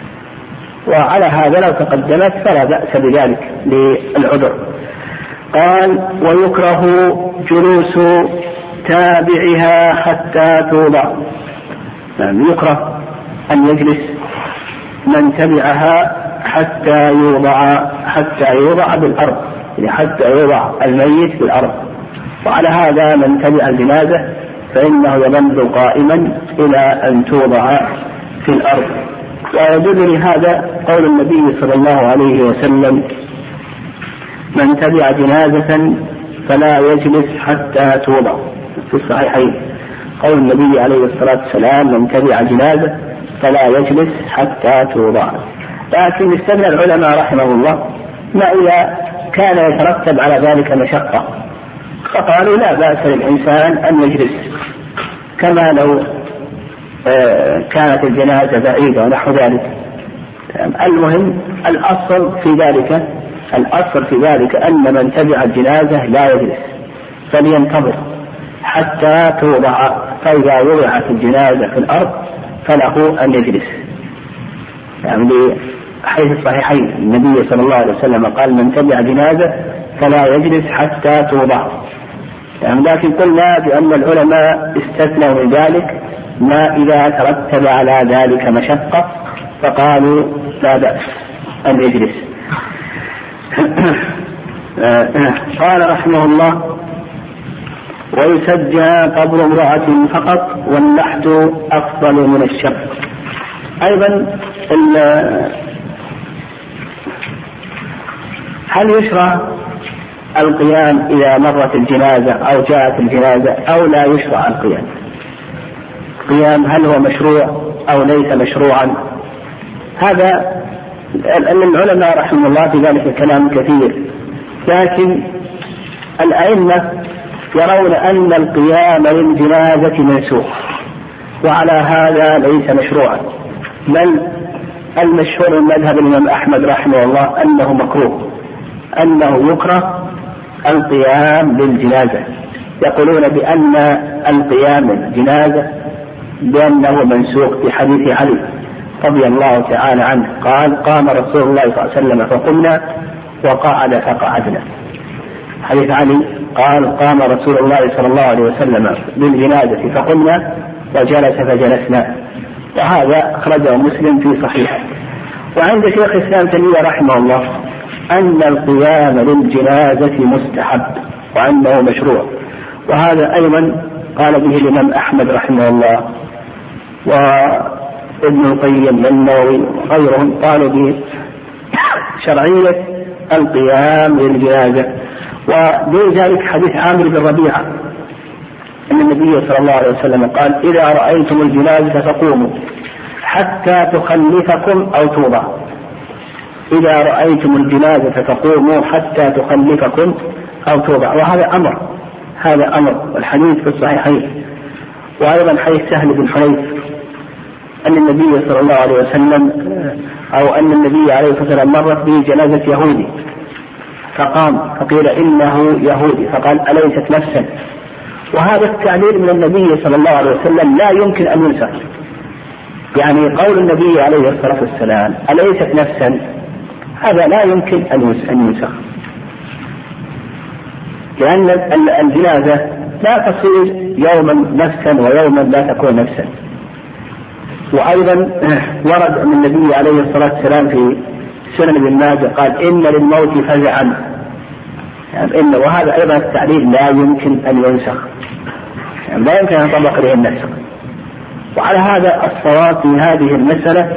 وعلى هذا لو تقدمت فلا بأس بذلك للعذر. قال: ويكره جلوس تابعها حتى توضع. يعني يكره أن يجلس من تبعها حتى يوضع حتى يوضع بالأرض، يعني حتى يوضع الميت بالأرض. وعلى هذا من تبع الجنازة فإنه يظل قائما إلى أن توضع في الأرض. ويدل لهذا قول النبي صلى الله عليه وسلم: من تبع جنازة فلا يجلس حتى توضع، في الصحيحين قول النبي عليه الصلاة والسلام: من تبع جنازة فلا يجلس حتى توضع. لكن استثنى العلماء رحمه الله ما إذا كان يترتب على ذلك مشقة، فقالوا لا بأس للإنسان أن يجلس، كما لو كانت الجنازة بعيدة ونحو ذلك. المهم الأصل في ذلك الأصل في ذلك أن من تبع الجنازة لا يجلس، فلينتظر حتى توضع، فإذا وضعت الجنازة في الأرض فله أن يجلس. يعني حيث الصحيحين النبي صلى الله عليه وسلم قال: من تبع جنازة فلا يجلس حتى توضع. يعني لكن قلنا بأن العلماء استثنوا من ذلك ما إذا ترتب على ذلك مشقة، فقالوا لا بأس أن يجلس. قال رحمه الله: ويسجى قبر امرأة فقط واللحد أفضل من الشق. أيضا هل يشرع القيام إذا مرت الجنازة أو جاءت الجنازة أو لا يشرع القيام؟ القيام هل هو مشروع أو ليس مشروعا؟ هذا العلماء رحمه الله في ذلك كلام كثير، لكن الأئمة يرون أن القيام للجنازة منسوخ، وعلى هذا ليس مشروعا، بل المشهور من مذهب الإمام أحمد رحمه الله أنه مكروه، أنه يكره القيام للجنازة. يقولون بأن القيام للجنازة بأنه منسوخ في حديث علي رضي الله تعالى عنه قال: قام رسول الله صلى الله عليه وسلم فقمنا وقعد فقعدنا. حديث علي قال: قام رسول الله صلى الله عليه وسلم للجنازة فقمنا وجلس فجلسنا، وهذا أخرجه مسلم في صحيحه. وعند شيخ الإسلام تيمية رحمه الله أن القيام للجنازة مستحب وأنه مشروع، وهذا أيضا قال به الإمام أحمد رحمه الله وابن القيم والنووي وغيرهم، قالوا بشرعية القيام للجنازة. ودون ذلك حديث عامر بن ربيعة أن النبي صلى الله عليه وسلم قال: إذا رأيتم الجنازة فقوموا حتى تخلفكم أو توضع. إذا رأيتم الجنازة فقوموا حتى تخلفكم أو توضع. وهذا أمر، هذا أمر، والحديث في الصحيحين. وأيضا حديث سهل بن حنيف أن النبي صلى الله عليه وسلم أو أن النبي عليه الصلاة والسلام مرت به جنازة يهودي فقام فقيل إنه يهودي فقال: أليست نفسا؟ وهذا التعليل من النبي صلى الله عليه وسلم لا يمكن أن ينسخ. يعني قول النبي عليه الصلاة والسلام أليست نفسا هذا لا يمكن أن ينسخ، لأن الجنازة لا تصير يوما نفسا ويوما لا تكون نفسا. وأيضا ورد أن النبي عليه الصلاة والسلام في سنن ابن ماجه قال: إن للموت فزعا، يعني إن، وهذا أيضا التعليل لا يمكن أن ينسخ، يعني لا يمكن أن يطبق عليه النسخ. وعلى هذا الصواب في هذه المسألة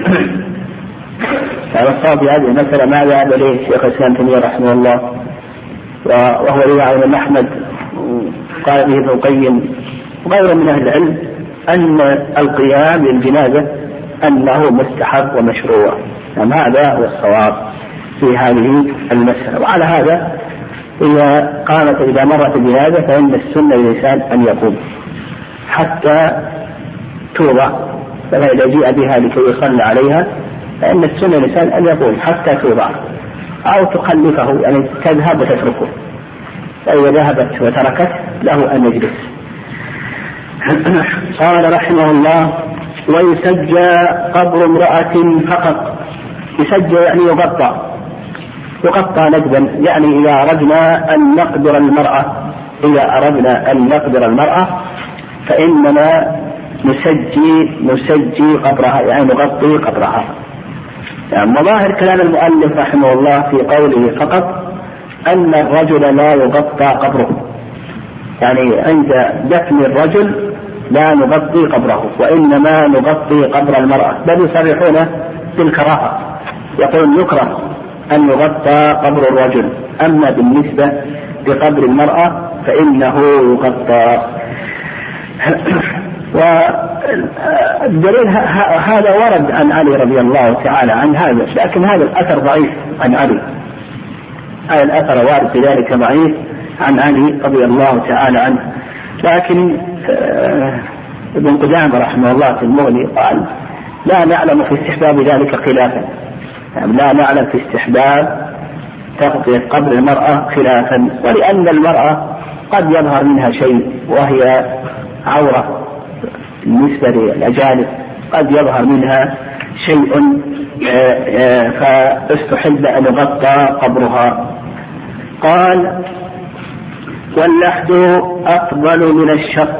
على الصواب في هذه المسألة ما ذهب إليه شيخ الإسلام تيمية رحمه الله، وهو رواية عن الإمام أحمد قال به ابن القيم وغيره من أهل العلم أن القيام للجنازة أنه مستحب ومشروع. يعني هذا هو الصواب في هذه المسألة. وعلى هذا إذا قامت إذا مرت الجنازة فإن السنة للإنسان أن يقوم حتى توضع، فإذا جيء بها لكي يصلى عليها فإن السنة للإنسان أن يقوم حتى توضع أو تخلفه، يعني تذهب وتتركه، فإذا ذهبت وتركت له أن يجلس. قال رحمه الله: ويسجى قبر امرأة فقط. يسجى يعني يغطى، يغطى نجبا، يعني إذا أردنا أن نقدر المرأة إذا أردنا أن نقدر المرأة فإننا نسجي نسجي قبرها، يعني نغطي قبرها. يعني مظاهر كلام المؤلف رحمه الله في قوله فقط أن الرجل لا يغطى قبره، يعني عند دفن الرجل لا نغطي قبره وإنما نغطي قبر المرأة، بل يصرحون بالكراهة، يقول يكره أن يغطى قبر الرجل، أما بالنسبة لقبر المرأة فإنه يغطى. والدليل هذا ورد عن علي رضي الله تعالى عن هذا، لكن هذا الأثر ضعيف عن علي، هذا الأثر وارد في ذلك ضعيف عن علي رضي الله تعالى عنه. لكن ابن قدامة رحمه الله في المغني قال: لا نعلم في استحباب ذلك خلافا، يعني لا نعلم في استحباب تغطية قبر المرأة خلافا، ولأن المرأة قد يظهر منها شيء وهي عورة بالنسبة للأجانب، قد يظهر منها شيء فاستحب أن يغطى قبرها. قال: واللحد أفضل من الشق.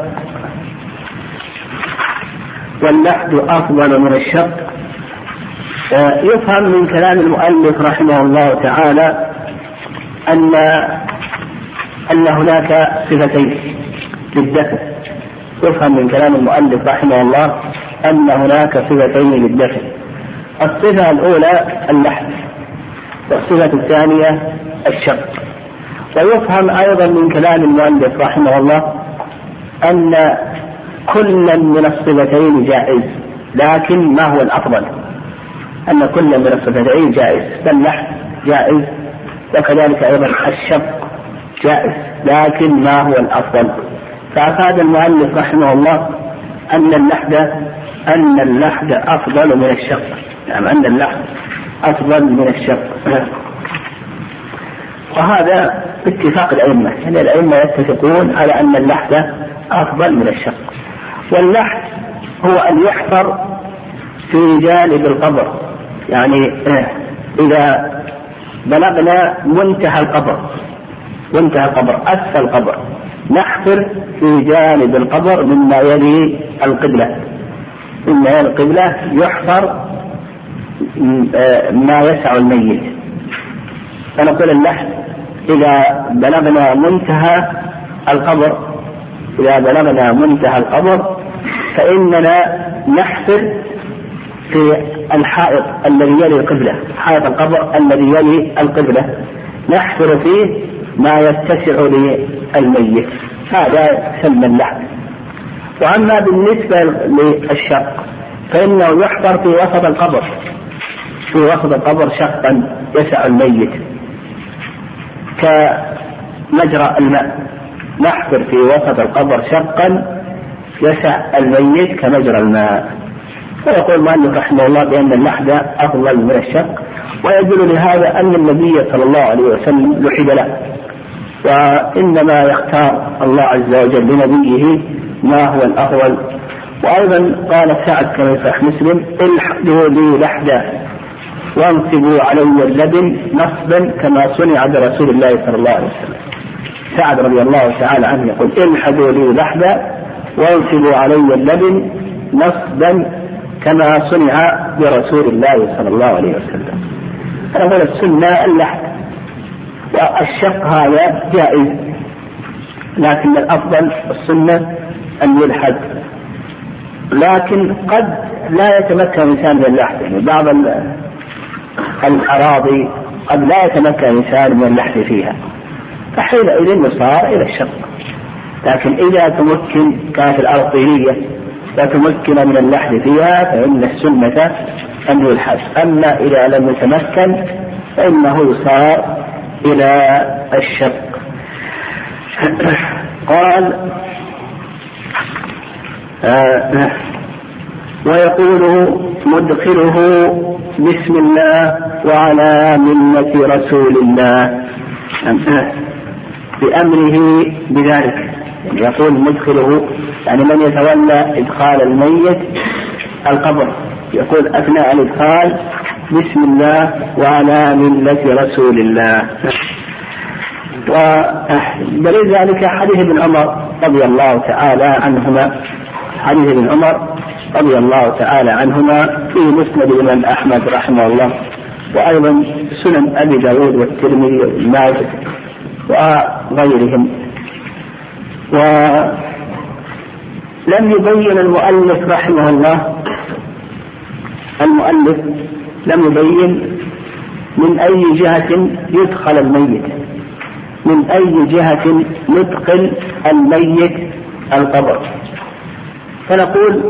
واللحد أفضل من الشق يفهم من كلام المؤلف رحمه الله تعالى أن أن هناك صفتين للدفن. يفهم من كلام المؤلف رحمه الله أن هناك صفتين للدفن: الصفة الأولى اللحد، والصفة الثانية الشق. ويفهم أيضا من كلام المؤلف رحمه الله أن كل من الصفتين جائز، لكن ما هو الأفضل؟ أن كل من الصفتين جائز، فاللحد جائز وكذلك أيضا الشق جائز، لكن ما هو الأفضل؟ فأفاد المؤلف رحمه الله أن اللحد أن اللحد أفضل من الشق، يعني أن اللحد أفضل من الشق. وهذا باتفاق الأئمة، يعني الأئمة يتفقون على أن اللحد أفضل من الشق. واللحد هو أن يحفر في جانب القبر، يعني إذا بلغنا منتهى القبر منتهى القبر أسفل القبر نحفر في جانب القبر مما يلي القبلة، مما يلي القبلة يحفر ما يسع الميت. فنقول اللحد إذا بلغنا منتهى القبر إذا بلغنا منتهى القبر فإننا نحفر في الحائط الذي يلي القبلة، حائط القبر الذي يلي القبلة نحفر فيه ما يتسع للميت، هذا يسمى اللحد. وأما بالنسبة للشق فإنه يحفر في وسط القبر في وسط القبر شقا يسع الميت كمجرى الماء، نحفر في وسط القبر شقا يسع الميت كمجرى الماء. ويقول المؤلف رحمه الله بأن اللحد أفضل من الشق، ويدل لهذا أن النبي صلى الله عليه وسلم لحد له، وإنما يختار الله عز وجل لنبيه ما هو الأفضل. وأيضا قال سعد كما في صحيح مسلم: الحدوا لي لحدا وانصبوا علي اللبن نصبا كما صنع برسول الله صلى الله عليه وسلم. سعد رضي الله تعالى عنه يقول: الحدوا لي لحدا وانصبوا علي اللبن نصبا كما صنع برسول الله صلى الله عليه وسلم. هذا السنة اللحد. والشق هذا جائز، لكن الأفضل السنة أن يلحد، لكن قد لا يتمكن الإنسان من اللحد. يعني بعض الأراضي قد لا يتمكن الإنسان من اللحد فيها، فحينئذ يصار إلى الشق. لكن إذا تمكن كانت الأرض طينية وتمكن من اللحد فيها فإن السنة أن يلحد. أما إذا لم يتمكن فإنه يصار إلى الشق. قال: آه ويقول مدخله بسم الله وعلى ملة رسول الله بأمره بذلك. يقول مدخله يعني من يتولى إدخال الميت القبر، يقول أثناء الإدخال بسم الله وعلى ملة رسول الله. ودليل ذلك حديث ابن عمر رضي الله تعالى عنهما حديث ابن عمر رضي الله تعالى عنهما في مسند الإمام أحمد رحمه الله، وأيضا سنن أبي داود والترمذي وابن ماجه وغيرهم. ولم يبين المؤلف رحمه الله المؤلف لم يبين من أي جهة يدخل الميت من أي جهة يدخل الميت القبر. فنقول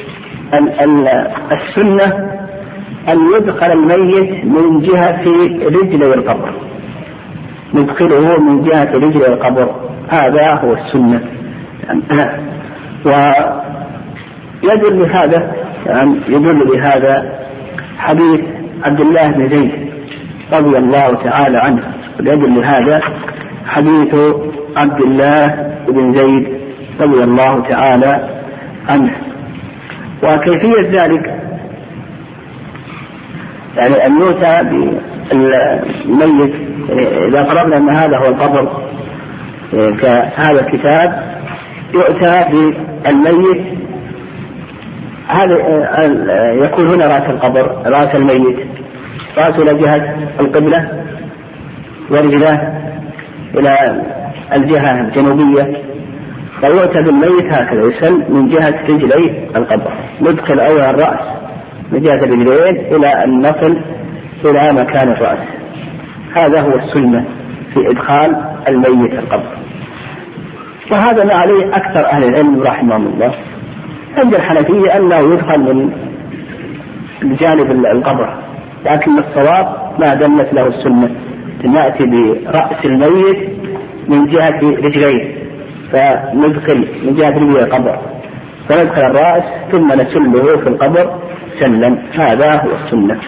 السنة أن يدخل الميت من جهة رجلي القبر، ندخله من جهة رجلي القبر، هذا هو السنة. ويدل لهذا يعني يدل لهذا حديث عبد الله بن زيد رضي الله تعالى عنه، ويدل لهذا حديث عبد الله بن زيد رضي الله تعالى عنه. وكيفية ذلك يعني أن يؤتى بالميت، إذا فرضنا أن هذا هو القبر كهذا الكتاب، يؤتى بالميت، هذا يكون هنا رأس القبر، رأس الميت رأسه إلى جهة القبلة ورجله إلى الجهة الجنوبية، فيؤتى بالميت هكذا يسل من جهة رجلي القبر، ندخل أول الرأس من جهة الرجلين إلى أن نصل إلى مكان الرأس. هذا هو السنة في إدخال الميت القبر، وهذا ما عليه أكثر أهل العلم رحمهم الله. عند الحنفية أنه يدخل من جانب القبر، لكن الصواب ما دلت له السنة، نأتي برأس الميت من جهة رجليه، فندخل من جهة رجلي القبر، فندخل الرأس ثم نسله في القبر سلا، هذا هو السنة.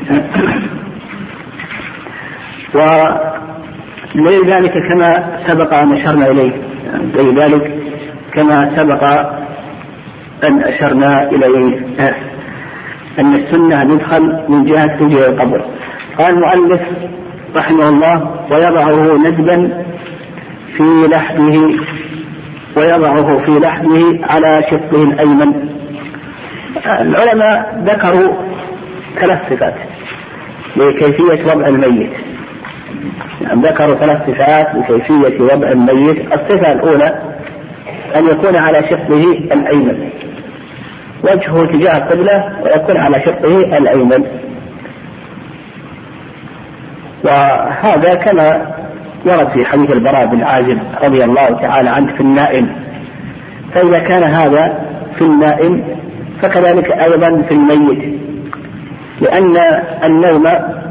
ولذلك كما سبق أن أشرنا إليه، لذلك كما سبق أن أشرنا إليه أن السنة ندخل من جهة رجلي القبر. قال المؤلف رحمه الله: ويضعه ندبا في لحده ويضعه في لحده على شقه الأيمن. العلماء ذكروا ثلاث صفات لكيفية وضع الميت. يعني ذكروا ثلاث صفات لكيفية وضع الميت. الصفة الأولى أن يكون على شقه الأيمن، وجهه تجاه القبلة ويكون على شقه الأيمن، وهذا كما ورد في حديث البراء بن عازب رضي الله تعالى عنه في النائم. فإذا كان هذا في النائم فكذلك أيضا في الميت، لأن النوم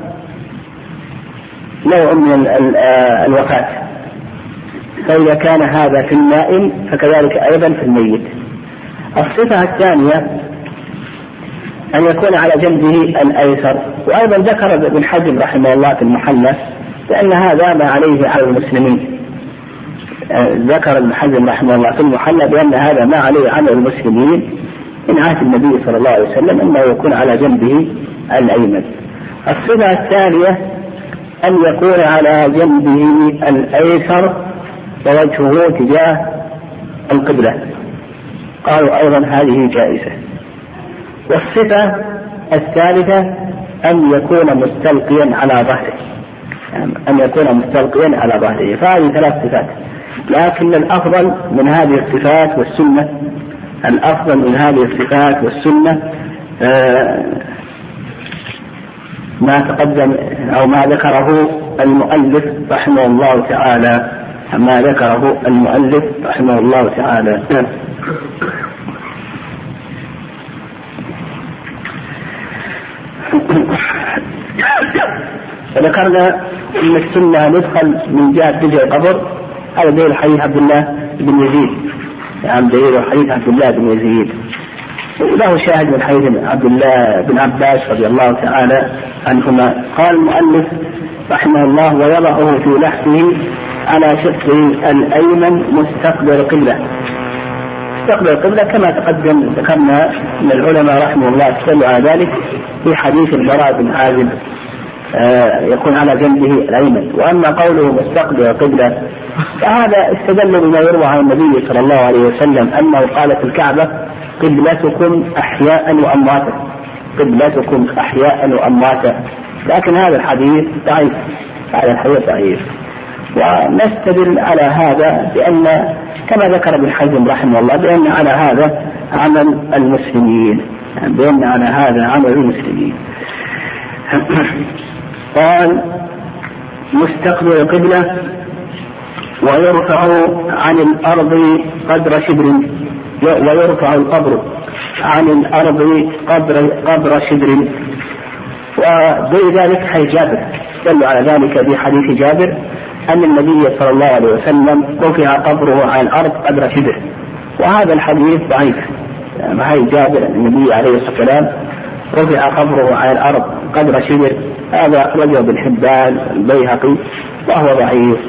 نوع من الوفاة، فإذا كان هذا في النائم فكذلك أيضا في الميت. الصفة الثانية أن يكون على جنبه الأيسر، وأيضا ذكر ابن حزم رحمه الله في المحلى لأن هذا ما عليه على المسلمين. ذكر ابن حزم رحمه الله في المحلى بأن هذا ما عليه على المسلمين من عهد النبي صلى الله عليه وسلم أنه يكون على جنبه الأيمن. الصفة الثانية أن يكون على جنبه الأيسر ووجهه تجاه القبلة، قالوا أيضا هذه جائزة. والصفة الثالثة أن يكون مستلقيا على ظهره، أن يكون مستلقيا على ظهره. فهذه ثلاث صفات، لكن الأفضل من هذه الصفات والسنة الأفضل من هذه الصفات والسنة ما تقدم أو ما ذكره المؤلف رحمه الله تعالى ما ذكره المؤلف رحمه الله تعالى. فذكرنا أن السنة ندخل من جهة دجى القبر، هذا دليل حديث عبد الله بن يزيد، يعني دليل حديث عبد الله بن يزيد، وله شاهد من حديث عبد الله بن عباس رضي الله تعالى عنهما. قال المؤلف رحمه الله: ويضعه في لحفه على شقه الأيمن مستقبل القبلة. مستقبل القبلة كما تقدم ذكرنا من العلماء رحمه الله استدلوا على ذلك في حديث البراء بن عازب آه يكون على جنبه الأيمن. وأما قوله مستقبل القبلة فهذا استدل بما يروى عن النبي صلى الله عليه وسلم أنه قال في الكعبة: قبلتكم أحياء وأمواتا، قبلتكم أحياء وأمواتا. لكن هذا الحديث ضعيف، هذا الحديث ضعيف. ونستدل على هذا بأن كما ذكر ابن حزم رحمه الله بأن على هذا عمل المسلمين، بأن على هذا عمل المسلمين. قال: مستقبل القبلة ويرفع عن الأرض قدر شبر، ويرفع القبر عن الأرض قدر قدر شبر. وغير ذلك حديث جابر دل على ذلك في حديث جابر أن النبي صلى الله عليه وسلم رفع قبره عن الأرض قدر شبر، وهذا الحديث ضعيف. يعني حديث جابر النبي عليه الصلاة والسلام رفع قبره عن الأرض قدر شبر، هذا أخرجه ابن حبان البيهقي وهو ضعيف.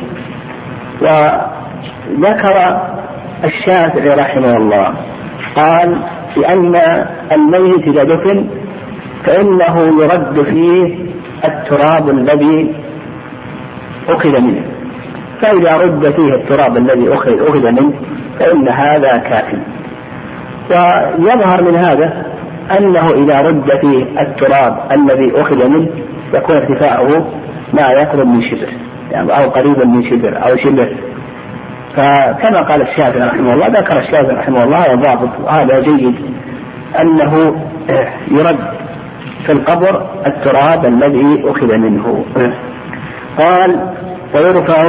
وذكر الشافعي رحمه الله قال بأن الميت إذا دفن فإنه يرد فيه التراب الذي أخذ منه، فإذا رد فيه التراب الذي أخذ منه فإن هذا كافٍ. ويظهر من هذا أنه إذا رد فيه التراب الذي أخذ منه يكون ارتفاعه ما يقرب من شبر، يعني أو قريبا من شبر أو شبر. فكما قال الشافعي رحمه الله، ذكر الشافعي رحمه الله هذا ضابط وهذا جيد، أنه يرد في القبر التراب الذي أخذ منه. قال: ويرفع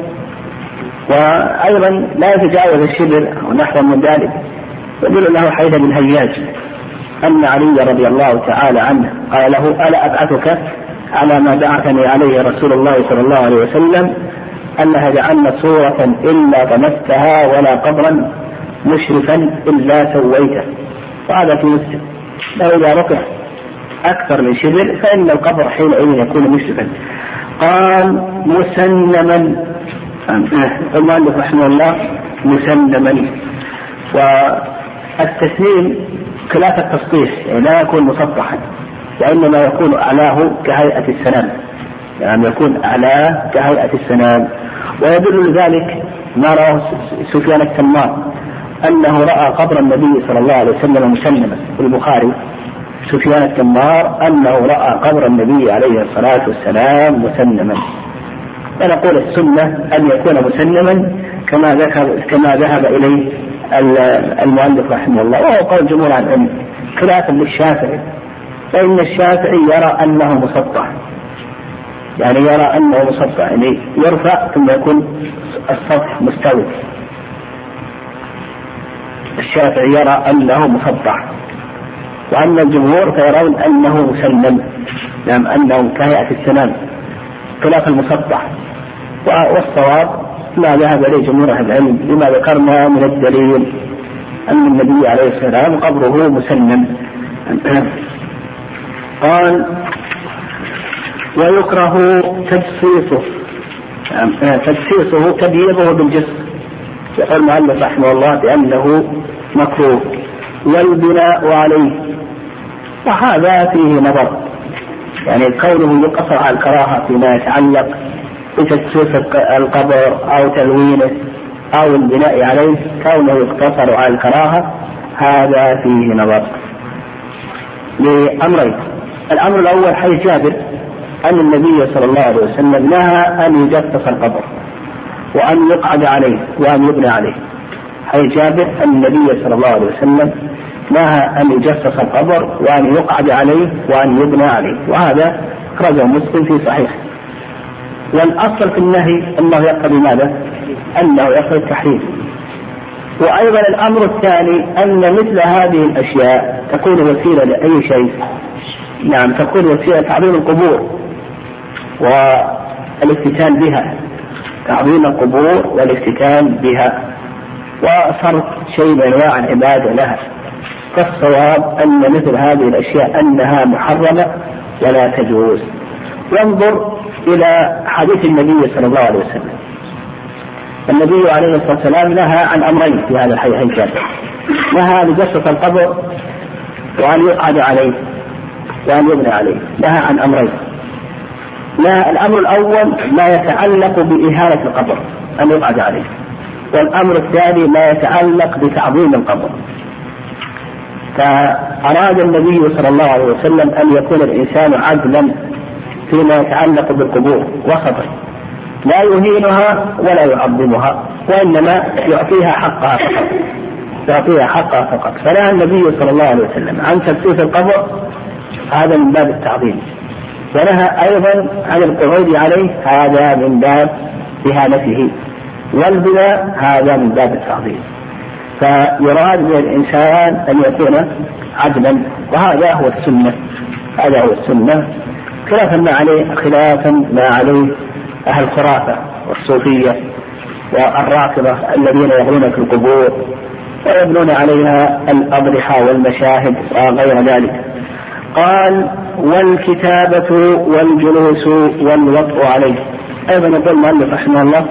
وأيضا لا يتجاوز الشبر أو نحو من ذلك. يقول له حيث بن هياج أن علي رضي الله تعالى عنه قال له: ألا أبعثك على ما بعثني عليه رسول الله صلى الله عليه وسلم أنها جعلنا صورة إلا طمستها ولا قبرا مشرفا إلا سويته. وهذا في مسلم. فإذا رفع أكثر من شبر فإن القبر حينئذ يكون مشرفا. قال: مسنما، المؤلف رحمه الله مسنما. والتسنيم خلاف التسطيح، يعني لا يكون مسطحا وإنما يكون أعلاه كهيئة السنام، يعني يكون أعلاه كهيئة السنام. ويدل ذلك ما رواه سفيان التمار أنه رأى قبر النبي صلى الله عليه وسلم مسنما في البخاري، سفيان التمار أنه رأى قبر النبي عليه الصلاة والسلام مسنما. فنقول السنة أن يكون مسنما كما ذهب كما ذهب إليه المؤلف رحمه الله، وهو قول جمهور العلماء خلافا للشافعي، فإن الشافعي يرى أنه مسطح، يعني يرى أنه مسطح يعني يرفع ثم يكون السطح مستوي. الشافعي يرى أنه مسطح، وأن الجمهور فيرون أنه مسلم، نعم أنه كهيئة السنام خلاف المسطح. والصواب ما ذهب إليه جمهور أهل العلم لما ذكرنا من الدليل أن النبي عليه السلام قبره مسنم. قال ويكره تجسيسه، تجسيسه تبييضه بالجسم، يقول المؤلف رحمه الله بأنه مكروه، والبناء عليه، وهذا فيه نظر، يعني كونه يقصر على الكراهة فيما يتعلق بتجسيس القبر أو تلوينه أو البناء عليه، كونه يقتصر على الكراهة هذا فيه نظر لأمرين. الأمر الأول حديث جابر أن النبي صلى الله عليه وسلم نهى أن يجسس القبر وأن يقعد عليه وأن يبنى عليه. حديث جابر أن النبي صلى الله عليه وسلم نهى أن يجسس القبر وأن يقعد عليه وأن يبنى عليه، وهذا أخرجه مسلم في صحيح. والأصل في النهي أنه يقتضي ماذا؟ أنه يقتضي التحريم. وأيضا الأمر الثاني أن مثل هذه الأشياء تكون وسيلة لأي شيء، نعم تكون وسيلة تعظيم القبور والافتتان بها، تعظيم القبور والافتتان بها وصرف شيء من أنواع العبادة لها. فالصواب أن مثل هذه الأشياء أنها محرمة ولا تجوز. ينظر إلى حديث النبي صلى الله عليه وسلم، النبي عليه الصلاة والسلام نهى عن أمرين في هذا الحديث، نهى أن يجسس القبر وأن يقعد عليه وأن يبنى عليه، نهى عن أمرين. لا، الأمر الأول ما يتعلق بإهانة القبر أن يقعد عليه، والأمر الثاني ما يتعلق بتعظيم القبر. فأراد النبي صلى الله عليه وسلم أن يكون الإنسان عدلا فيما يتعلق بالقبور وسطا، لا يهينها ولا يعظمها، وإنما يعطيها حقها فقط، يعطيها حقها فقط. فنهى النبي صلى الله عليه وسلم عن تجسيس القبر، هذا من باب التعظيم، ونهى أيضا عن القعود عليه، هذا من باب إهانته، والبناء هذا من باب التعظيم. فيراد من الإنسان أن يكون عدلا، وهذا هو السنة، هذا هو السنة، خلافا ما عليه خلافا ما عليه أهل الخرافة والصوفية والرافضة الذين يغلون في القبور ويبنون عليها الأضرحة والمشاهد وغير ذلك. قال والكتابة والجلوس والوطء عليه. أيضا يقول المؤلف رحمه الله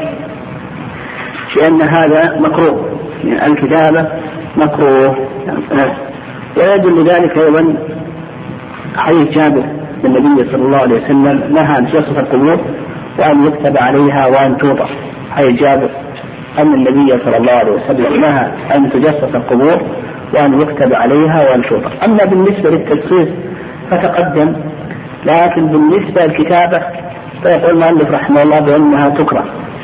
لأن هذا مكروه، يعني الكتابة مكروه، ويدل لذلك أيضا حديث جابر النبي صلى الله عليه وسلم نهى عن تجسس القبور وأن يكتب عليها وأن توضع. حديث جابر أن النبي صلى الله عليه وسلم نهى أن تجسس القبور وأن يكتب عليها وأن توضع. أما بالنسبة للتجسيس فتقدم، لكن بالنسبة للكتابة فيقول المؤلف رحمه الله بأنها تكره،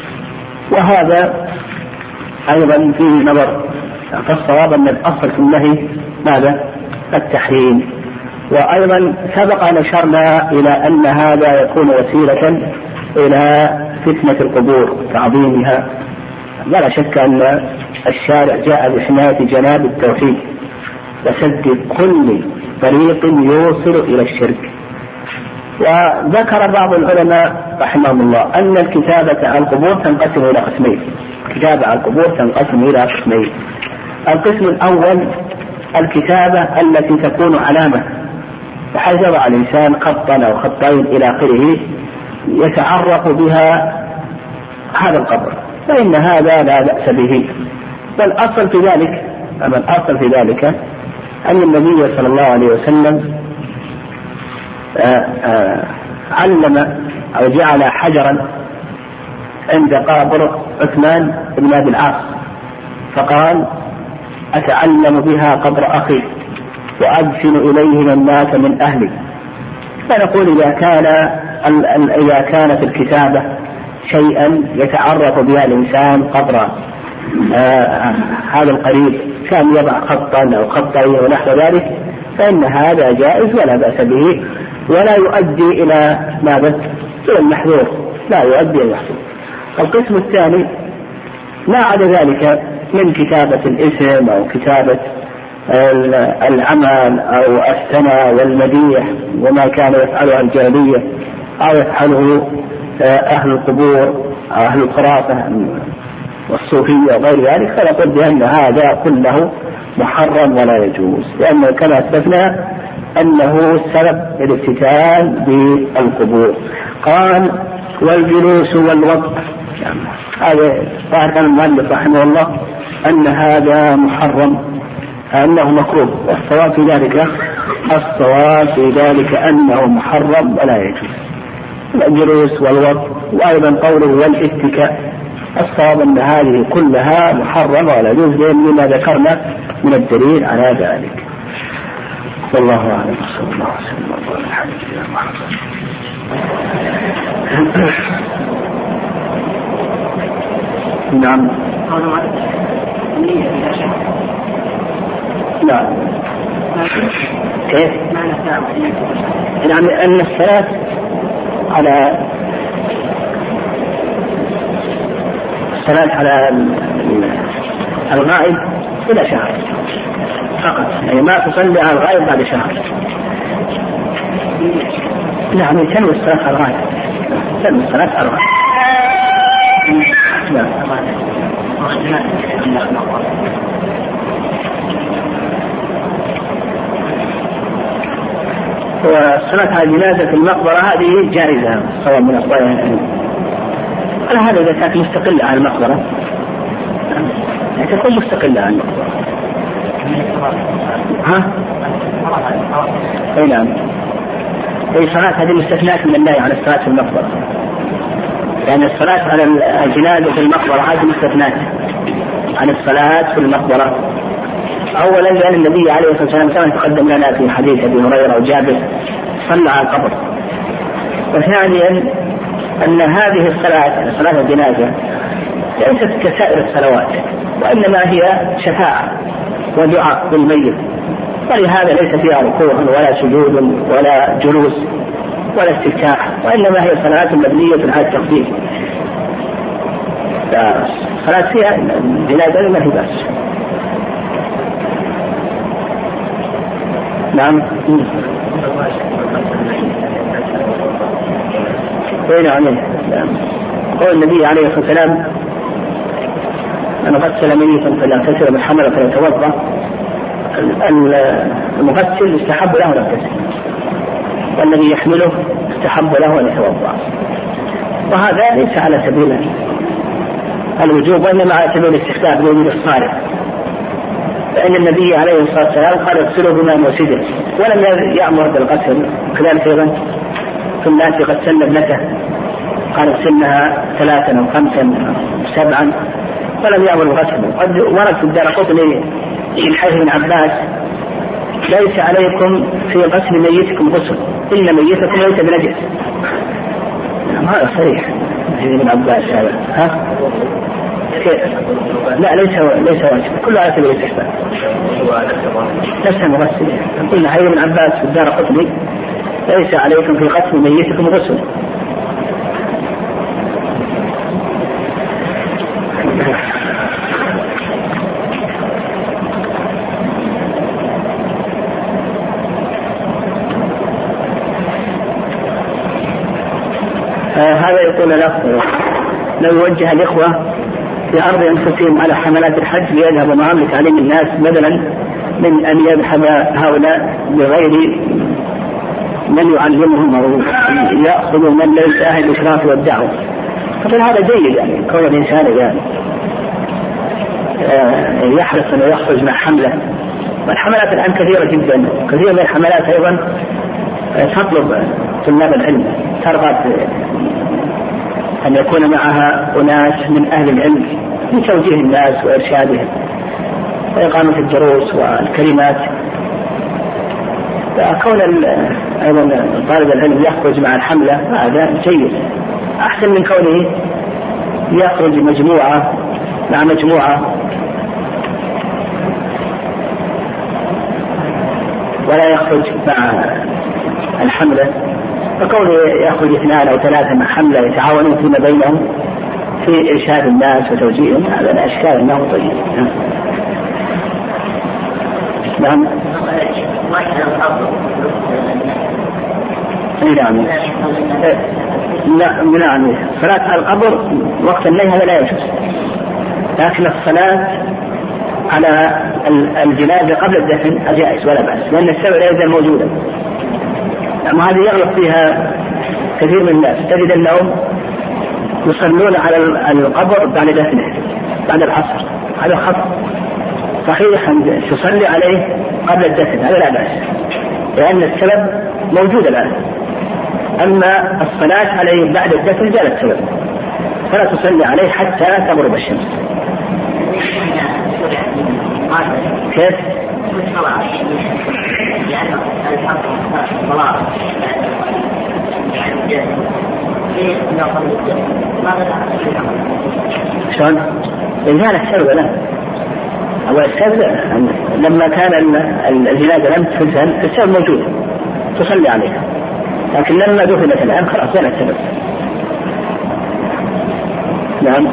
وهذا أيضا فيه نظر. فالصواب أن الأصل في النهي ماذا؟ التحريم. وأيضا سبق أن أشرنا إلى أن هذا يكون وسيلة إلى فتنة القبور تعظيمها. ولا شك أن الشارع جاء بحماية جناب التوحيد وسد كل طريق يوصل إلى الشرك. وذكر بعض العلماء رحمهم الله أن الكتابة على القبور تنقسم إلى قسمين، الكتابة على القبور تنقسم إلى قسمين. القسم الأول الكتابة التي تكون علامة، بحيث يضع الإنسان خطا أو خطين إلى آخره يتعرف بها هذا القبر، فإن هذا لا بأس به. والأصل في ذلك أما الأصل في ذلك أن النبي صلى الله عليه وسلم آآ آآ علم أو جعل حجرا عند قبر عثمان بن أبي العاص، فقال أتعلم بها قبر أخي وأدفن إليه من مات من أهلي. فنقول إذا كان إذا كان في الكتابة شيئا يتعرف بها الإنسان قدر آه هذا القريب، كان يضع خطا أو خطين ونحو ذلك، فإن هذا جائز ولا بأس به، ولا يؤدي إلى ماذا؟ إلى المحذور، لا يؤدي إلى المحذور. القسم الثاني ما عدا ذلك من كتابة الاسم أو كتابة العمل أو الثناء والمديح وما كان يفعلها الجاهلية أو يفعله أهل القبور أو أهل الخرافة والصوفية وغير ذلك، فنقول بأن هذا كله محرم ولا يجوز، لأنه كما أثبتنا أنه سبب الافتتان بالقبور. قال والجلوس والوقف، هذا قال المؤلف رحمه الله أن هذا محرم، أنه مكروه، والصواب في ذلك الصواب في ذلك أنه محرم ولا يجوز الجلوس والوقف. وأيضا قوله والاتكاء، الصواب أن هذه كلها محرمة ولا يجوز لما ذكرنا من الدليل على ذلك. والله أعلم. صلى الله عليه وسلم. نعم. لا. كيف؟ يعني أن الصلاة على الصلاة على الغائب إلى شهر فقط، يعني ما تصلي على الغائب بعد شهر. نعم يتم الصلاة على الغائب، يتم الصلاة على الغائب. نعم. والصلاة على الجنازة في المقبرة هذه جائزة سواء من أقوال العلم. على هذا إذا كانت مستقلة عن المقبرة يعني تكون مستقلة عن المقبرة. ها؟ أي نعم. أي صلاة هذه مستثناة من النهي عن الصلاة في المقبرة، لأن يعني الصلاة على الجنازة في المقبرة هذه مستثناة عن الصلاة في المقبرة. أولا لأن النبي عليه الصلاة والسلام كما تقدم لنا في حديث أبي هريرة وجابر صلى على القبر. وثانيا أن هذه الصلاة صلاة الجنازة ليست كسائر الصلوات، وإنما هي شفاعة ودعاء بالميت، ولهذا ليس فيها ركوع ولا سجود ولا جلوس ولا استفتاح، وإنما هي صلاة مبنية على التقديم. صلاة فيها الجنازة ما هي بأس. نعم. وين عليه؟ قول النبي عليه الصلاة والسلام من غسل ميتا فليغتسل من حمل فليتوضأ. المغسل يستحب له أن يغتسل، والذي يحمله يستحب له أن يتوضأ، وهذا ليس على سبيل الوجوب وإنما على سبيل الاستحباب لوجود الصالح، فإن النبي عليه الصلاة والسلام قال اغسلوا بماء وسدر ولم يأمر بالغسل. كذلك أيضا في الناس غسلن ابنته قال اغسلنها ثلاثا أو خمسا أو سبعا ولم يأمر بالغسل. قد ورد في الدارقطني من حديث ابن عباس ليس عليكم في غسل ميتكم غسل إن ميتكم ليس بنجس. هذا صريح ابن عباس هذا. ها؟ لا ليس ليس واجب، كله على سبيل الاستحباب. نفس المغسل قلنا حديث ابن عباس في الدارقطني ليس عليكم في غسل ميتكم غسل. آه هذا يقول له لو يوجه الإخوة في أرض أنفسهم على حملات الحج ليذهبوا معهم لتعليم الناس بدلا من أن يذهب هؤلاء بغير من يعلمهم أو يأخذوا من ليس أهل الإشراف والدعوة. فقال هذا جيد، يعني كون الإنسان يعني آه يحرص أن يخرج مع حملة. والحملات الآن كثيرة جدا، كثير من الحملات أيضا تطلب طلاب العلم، ترغب أن يكون معها أناس من أهل العلم لتوجيه الناس وإرشادهم وإقامة الدروس والكلمات. فكون أيضا طالب العلم يخرج مع الحملة هذا جيد، أحسن من كونه يخرج مجموعة مع مجموعة ولا يخرج مع الحملة. فكونه يخرج اثنان أو ثلاثة مع حملة يتعاونون فيما بينهم في إرشاد الناس وتوجيههم، هذا الأشكال أنه طيب. نعم. نعم. نعم. نعم. صلاة على القبر وقت الليل هذا لا يجوز، لكن الصلاة على الجنازة قبل الدفن جائز ولا بأس، لأن السبب لا يزال موجودا. أما هذه يغلط فيها كثير من الناس، تجد أنهم يصلون على القبر بعد دفنه بعد العصر، هذا خطأ. صحيح أن تصلي عليه قبل الدفن هذا لا بأس، لأن السبب موجود الآن. أما الصلاة عليه بعد الدفن زال السبب، فلا تصلي عليه حتى تغرب الشمس. كيف؟ شلون؟ إن كان السبب لا، أو السبب لما كان الجنازة لم تدفن السبب موجود تصلي عليه، لكن لما دفنت الآن خلاص زال السبب. نعم.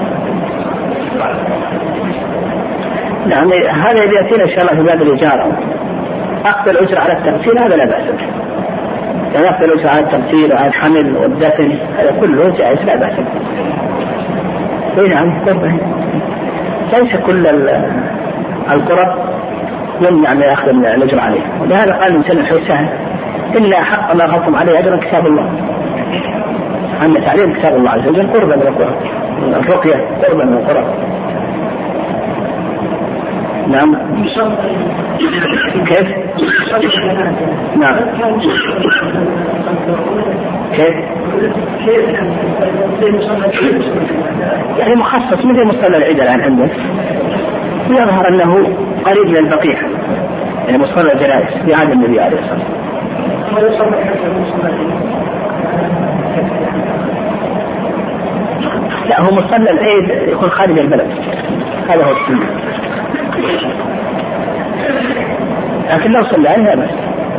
نعم. هذا إذا يأتينا إن شاء الله في باب الإجارة أخذ الأجر على التغسيل هذا لا بأس به، يعني أخذ الأجر على التغسيل وعلى الحمل والدفن هذا كله جائز لا بأس به. نعم. ليس كل القرى يمنع من أخذ الأجر عليه، ولهذا قال الإنسان الحسان إلا حق ما أخذتم عليه أجرا كتاب الله، أن تعليم كتاب الله عز وجل قربا من القرى، الرقية قربا من القرى. نعم. كيف؟ نعم. كيف؟ يعني مخصص مثل مصلى العيد الآن عندك، يظهر أنه قريب من البقيع، يعني مصلى الجنائز في عهد النبي عليه الصلاة والسلام. لا، هو مصلى العيد يكون خارج البلد، هذا هو السنة، لكن لو صلى عليها بس.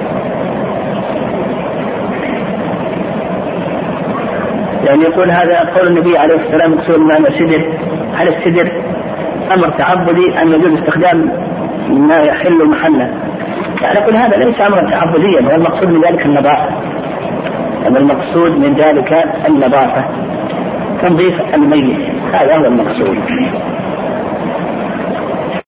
يعني يقول هذا قول النبي عليه الصلاة والسلام مقصود مع السدر، هل السدر أمر تعبدي أم يجوز استخدام ما يحل محله؟ يعني يقول هذا ليس أمرا تعبديا، هو المقصود من ذلك النظافة، أما المقصود من ذلك النظافة تنظيف الميت، هذا هو المقصود.